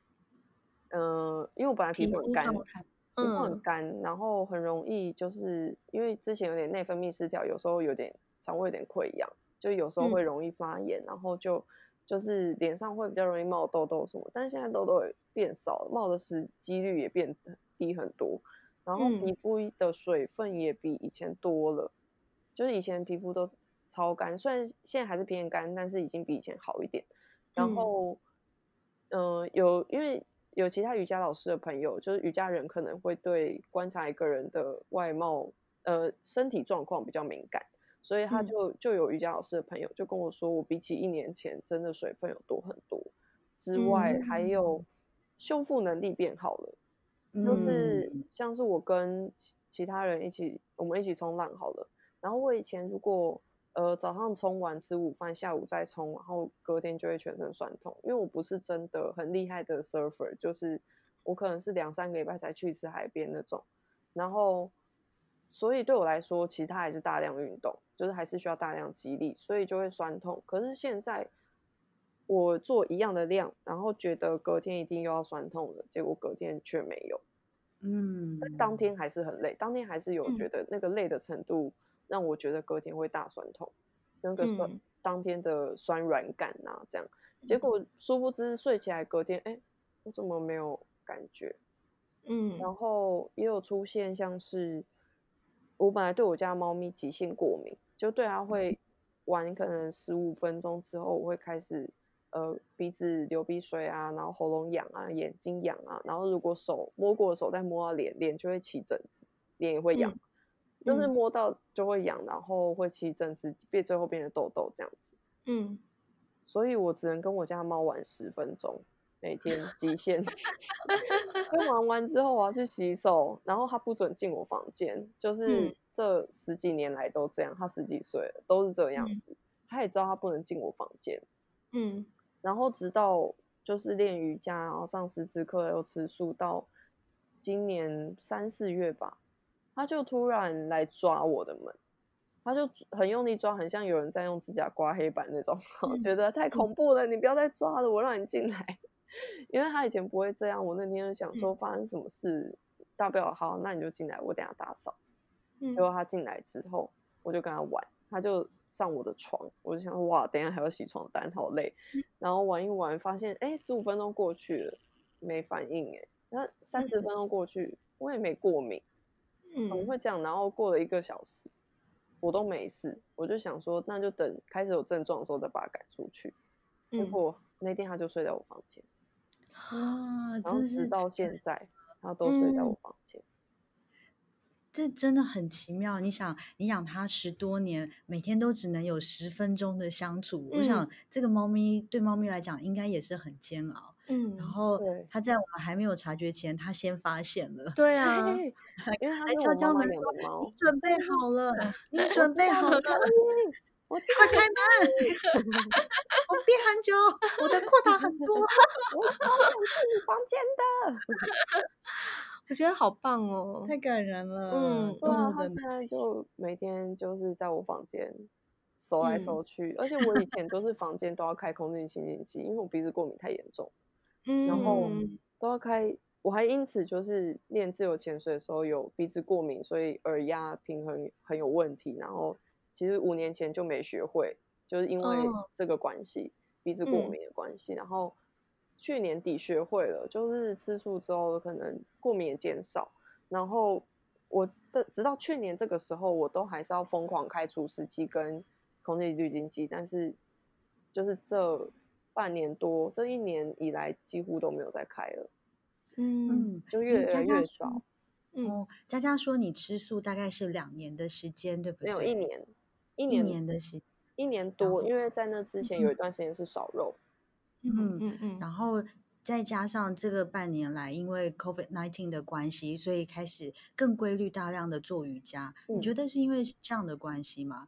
因为我本来皮皮肤很干， 肤状态， 皮肤很干，然后很容易就是因为之前有点内分泌失调，有时候有点肠胃有点溃疡，就有时候会容易发炎，然后就是脸上会比较容易冒痘痘什么，但是现在痘痘也变少了，冒的几率也变低很多，然后皮肤的水分也比以前多了，就是以前皮肤都超干，虽然现在还是偏干，但是已经比以前好一点。然后，因为有其他瑜伽老师的朋友，就是瑜伽人可能会对观察一个人的外貌、身体状况比较敏感，所以他就有瑜伽老师的朋友就跟我说，我比起1年前真的水分有多很多，之外还有修复能力变好了。就是像是我跟其他人我们一起冲浪好了。然后我以前如果早上冲完吃午饭，下午再冲，然后隔天就会全身酸痛，因为我不是真的很厉害的 surfer，就是我可能是2、3个礼拜才去一次海边那种。然后，所以对我来说，其实它还是大量运动，就是还是需要大量肌力，所以就会酸痛。可是现在我做一样的量，然后觉得隔天一定又要酸痛了，结果隔天却没有。但当天还是很累，当天还是有觉得那个累的程度让我觉得隔天会大酸痛，那个当天的酸软感啊这样。结果殊不知睡起来隔天，我怎么没有感觉？然后也有出现像是我本来对我家猫咪急性过敏，就对它会玩可能15分钟之后，我会开始鼻子流鼻水啊，然后喉咙痒啊，眼睛痒啊，然后如果摸过手再摸到脸，脸就会起疹子，脸也会痒，就是摸到就会痒，然后会起疹子，最后变成痘痘这样子。所以我只能跟我家猫玩10分钟，每天极限。跟玩完之后我要去洗手，然后它不准进我房间，就是这10几年来都这样，它10几岁了都是这样子，它也知道它不能进我房间。然后直到就是练瑜伽，然后上师资课又吃素，到今年3、4月吧，它就突然来抓我的门，他就很用力抓，很像有人在用指甲刮黑板那种，觉得太恐怖了，你不要再抓了，我让你进来。因为他以前不会这样，我那天就想说发生什么事，大不了好，那你就进来，我等下打扫。结果他进来之后，我就跟他玩，他就上我的床，我就想说哇，等一下还要洗床单，好累。然后玩一玩，发现15分钟过去了，没反应那30分钟过去，我也没过敏，怎么会这样？然后过了1个小时，我都没事，我就想说，那就等开始有症状的时候再把他赶出去。结果那天他就睡在我房间， 哇， 然后真是直到现在，他都睡在我房间。 这真的很奇妙。你想，你养它10多年，每天都只能有10分钟的相处，我想这个猫咪对猫咪来讲应该也是很煎熬。然后对， 它在我们还没有察觉前，它先发现了， 对啊， 因为他来是我妈妈敲敲门说： 养的猫， “你准备好了，你我准备好了， 知道你可以，我知道快开门， 你可以， 我憋很久，我的扩大很多。” 我超想去你房间的。 我觉得好棒哦。 太感人了， 对啊， 动物的他现在就每天就是在我房间搜来搜去，而且我以前都是房间都要开空气清新机，因为我鼻子过敏太严重，然后都要开。我还因此就是练自由潜水的时候有鼻子过敏，所以耳压平衡很有问题。然后其实5年前就没学会，就是因为这个关系，鼻子过敏的关系。然后去年底学会了，就是吃素之后可能过敏也减少。然后直到去年这个时候，我都还是要疯狂开除湿机跟空气滤净机，但是就是这半年多，这1年以来几乎都没有再开了，就越来佳佳越少。 说，佳佳说你吃素大概是2年的时间，对不没有对？ 一 1 年年的时间， 1年多， 然后因为在那之前有一段时间是少肉。 然后再加上这个半年来，因为 COVID-19 的关系，所以开始更规律、大量的做瑜伽。你觉得是因为这样的关系吗？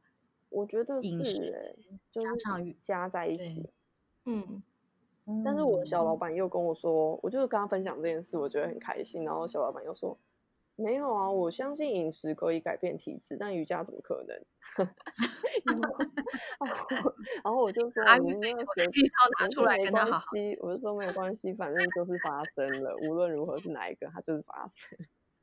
我觉得饮食是就是加上加在一对， 起。但是我的小老嗯， 板又跟我说，我就是跟他分享这件事，我觉得很开心。然后小老板又说，没有啊，我相信饮食可以改变体质，但瑜伽怎么可能？然后我就说， 阿育吠陀的力道拿出来我就说没跟他好好关系，我就说没有关系，反正就是发生了，无论如何是哪一个，它就是发生。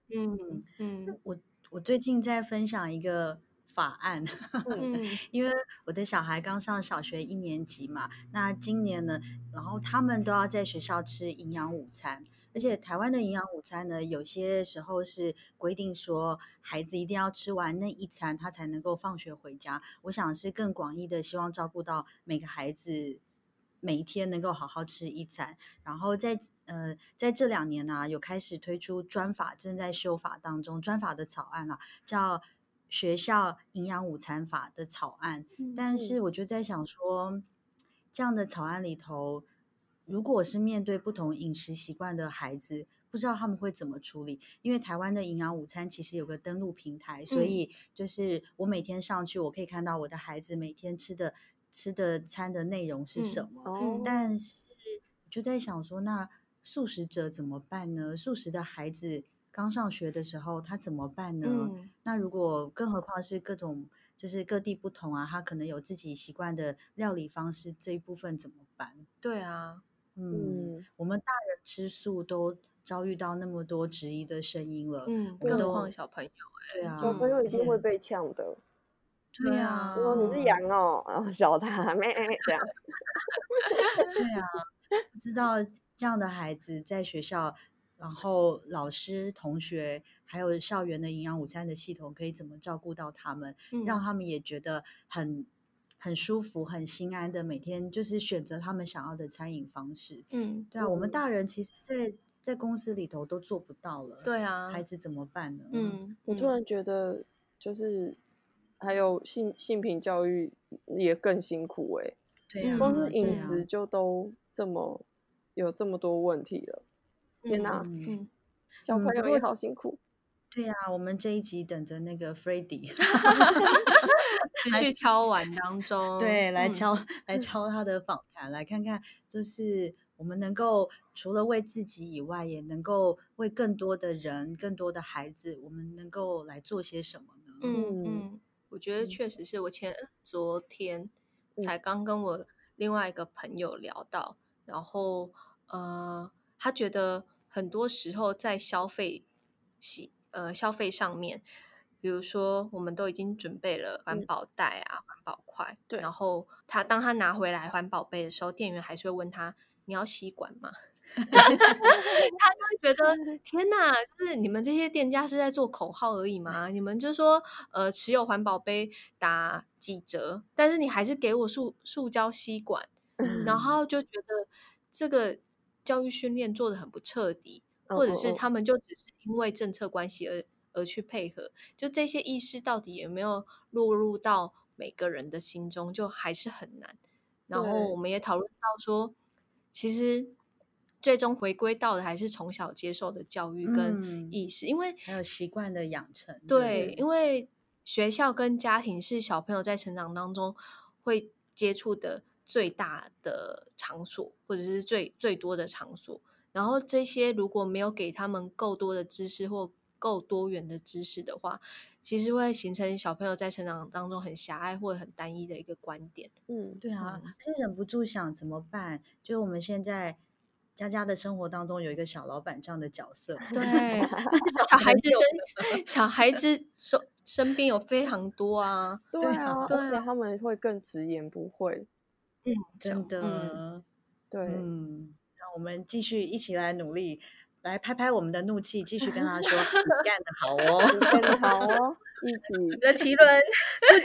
我最近在分享一个法案，因为我的小孩刚上小学1年级嘛，那今年呢，然后他们都要在学校吃营养午餐，而且台湾的营养午餐呢，有些时候是规定说孩子一定要吃完那一餐，他才能够放学回家。我想是更广义的，希望照顾到每个孩子每一天能够好好吃一餐。然后在这2年呢、有开始推出专法，正在修法当中，专法的草案啊，叫学校营养午餐法的草案。但是我就在想说，这样的草案里头，如果是面对不同饮食习惯的孩子，不知道他们会怎么处理。因为台湾的营养午餐其实有个登录平台，所以就是我每天上去，我可以看到我的孩子每天吃的餐的内容是什么。但是我就在想说，那素食者怎么办呢？素食的孩子刚上学的时候，他怎么办呢？那如果更何况是各种就是各地不同啊，他可能有自己习惯的料理方式，这一部分怎么办？ 对啊， 我们大人吃素都遭遇到那么多质疑的声音了，我们更何都况小朋友对啊， 小朋友一而且定会被呛的。 对啊， 说你是羊哦，然后小他妹这样。 对啊，不知道这样的孩子在学校，然后老师、同学还有校园的营养午餐的系统可以怎么照顾到他们，让他们也觉得很舒服、很心安的每天就是选择他们想要的餐饮方式。对啊，我们大人其实在公司里头都做不到了， 对啊， 孩子怎么办呢？ 我突然觉得就是还有性平教育也更辛苦欸。 对啊， 光是对啊， 饮食就都有这么多问题了，天哪，小朋友也不过好辛苦。 对啊，我们这一集等着那个 Freddy 持续敲碗当中， 对，来敲他的访谈，来看看就是我们能够除了为自己以外，也能够为更多的人、更多的孩子，我们能够来做些什么呢？ 我觉得确实是我昨天才刚跟我另外一个朋友聊到，然后他觉得很多时候在消费上面，比如说我们都已经准备了环保袋啊、环保筷，然后当他拿回来环保杯的时候，店员还是会问他：“你要吸管吗？”他就会觉得天哪，就是你们这些店家是在做口号而已吗？你们就说持有环保杯打几折，但是你还是给我塑胶吸管，然后就觉得这个教育训练做得很不彻底，或者是他们就只是因为政策关系而去配合，就这些意识到底有没有落入到每个人的心中，就还是很难。然后我们也讨论到说，其实最终回归到的还是从小接受的教育跟意识，因为还有习惯的养成。 对，因为学校跟家庭是小朋友在成长当中会接触的最大的场所，或者是最多的场所。然后这些如果没有给他们够多的知识或够多元的知识的话，其实会形成小朋友在成长当中很狭隘或者很单一的一个观点。 对啊，就忍不住想怎么办？就我们现在家家的生活当中有一个小老板这样的角色， 对，小孩子身边有非常多啊， 对啊，而且他们会更直言不讳。 真的， 对， 让我们继续一起来努力，来拍拍我们的怒气，继续跟他说：“你干得好哦， 你干得好哦，一起的奇轮 ，Good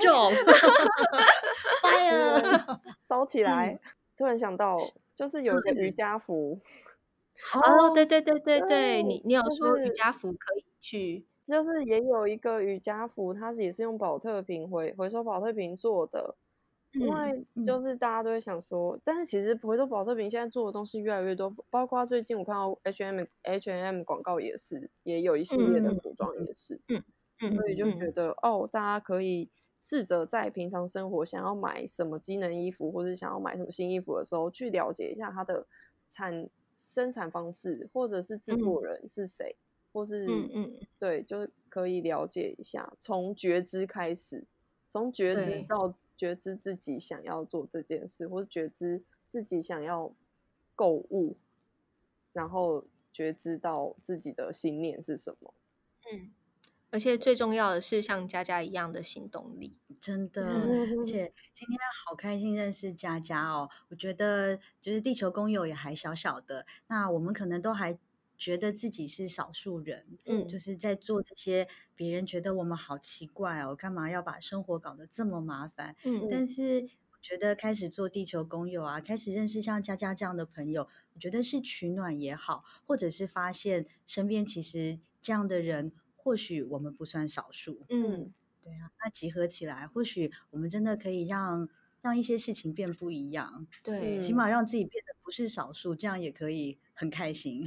job，fire， 烧起来。”突然想到，就是有一个瑜伽服。 哦，对，你有说瑜伽服可以去， 就是也有一个瑜伽服，它也是用保特瓶回收保特瓶做的。因为就是大家都会想说，但是其实回收保特瓶现在做的东西越来越多，包括最近我看到 H&M 广告也有一系列的服装也是，所以就觉得大家可以试着在平常生活想要买什么机能衣服，或者想要买什么新衣服的时候，去了解一下它的生产方式，或者是制作人是谁，或是对，就可以了解一下，从觉知开始，从觉知到觉知自己想要做这件事，或是觉知自己想要购物，然后觉知到自己的信念是什么。 而且最重要的是像佳佳一样的行动力， 真的，而且今天好开心认识佳佳哦。我觉得就是地球公友也还小小的，那我们可能都还觉得自己是少数人，就是在做这些别人觉得我们好奇怪哦，干嘛要把生活搞得这么麻烦？但是我觉得开始做地球公友啊，开始认识像佳佳这样的朋友，我觉得是取暖也好，或者是发现身边其实这样的人，或许我们不算少数。对啊，那集合起来，或许我们真的可以让一些事情变不一样。 对， 起码让自己变得不是少数，这样也可以很开心。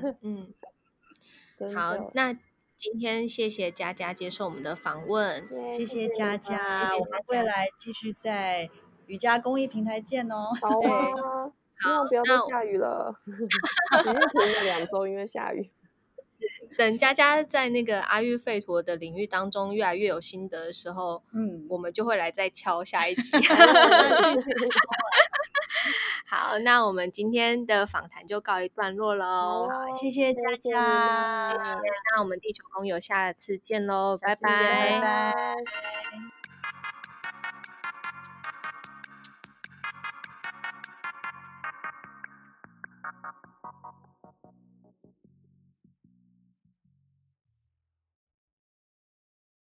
好，那今天谢谢佳佳接受我们的访问， 谢谢佳佳，我们未来继续在瑜伽公益平台见哦。 好啊，希望不要再下雨了，已经停了2周，因为下雨。 等佳佳在那个阿育吠陀的领域当中越来越有心得的时候，我们就会来再敲下一集。好，那我们今天的访谈就告一段落喽。 好，谢谢佳佳， 谢谢。那我们地球公友下次见喽，拜拜， 拜拜。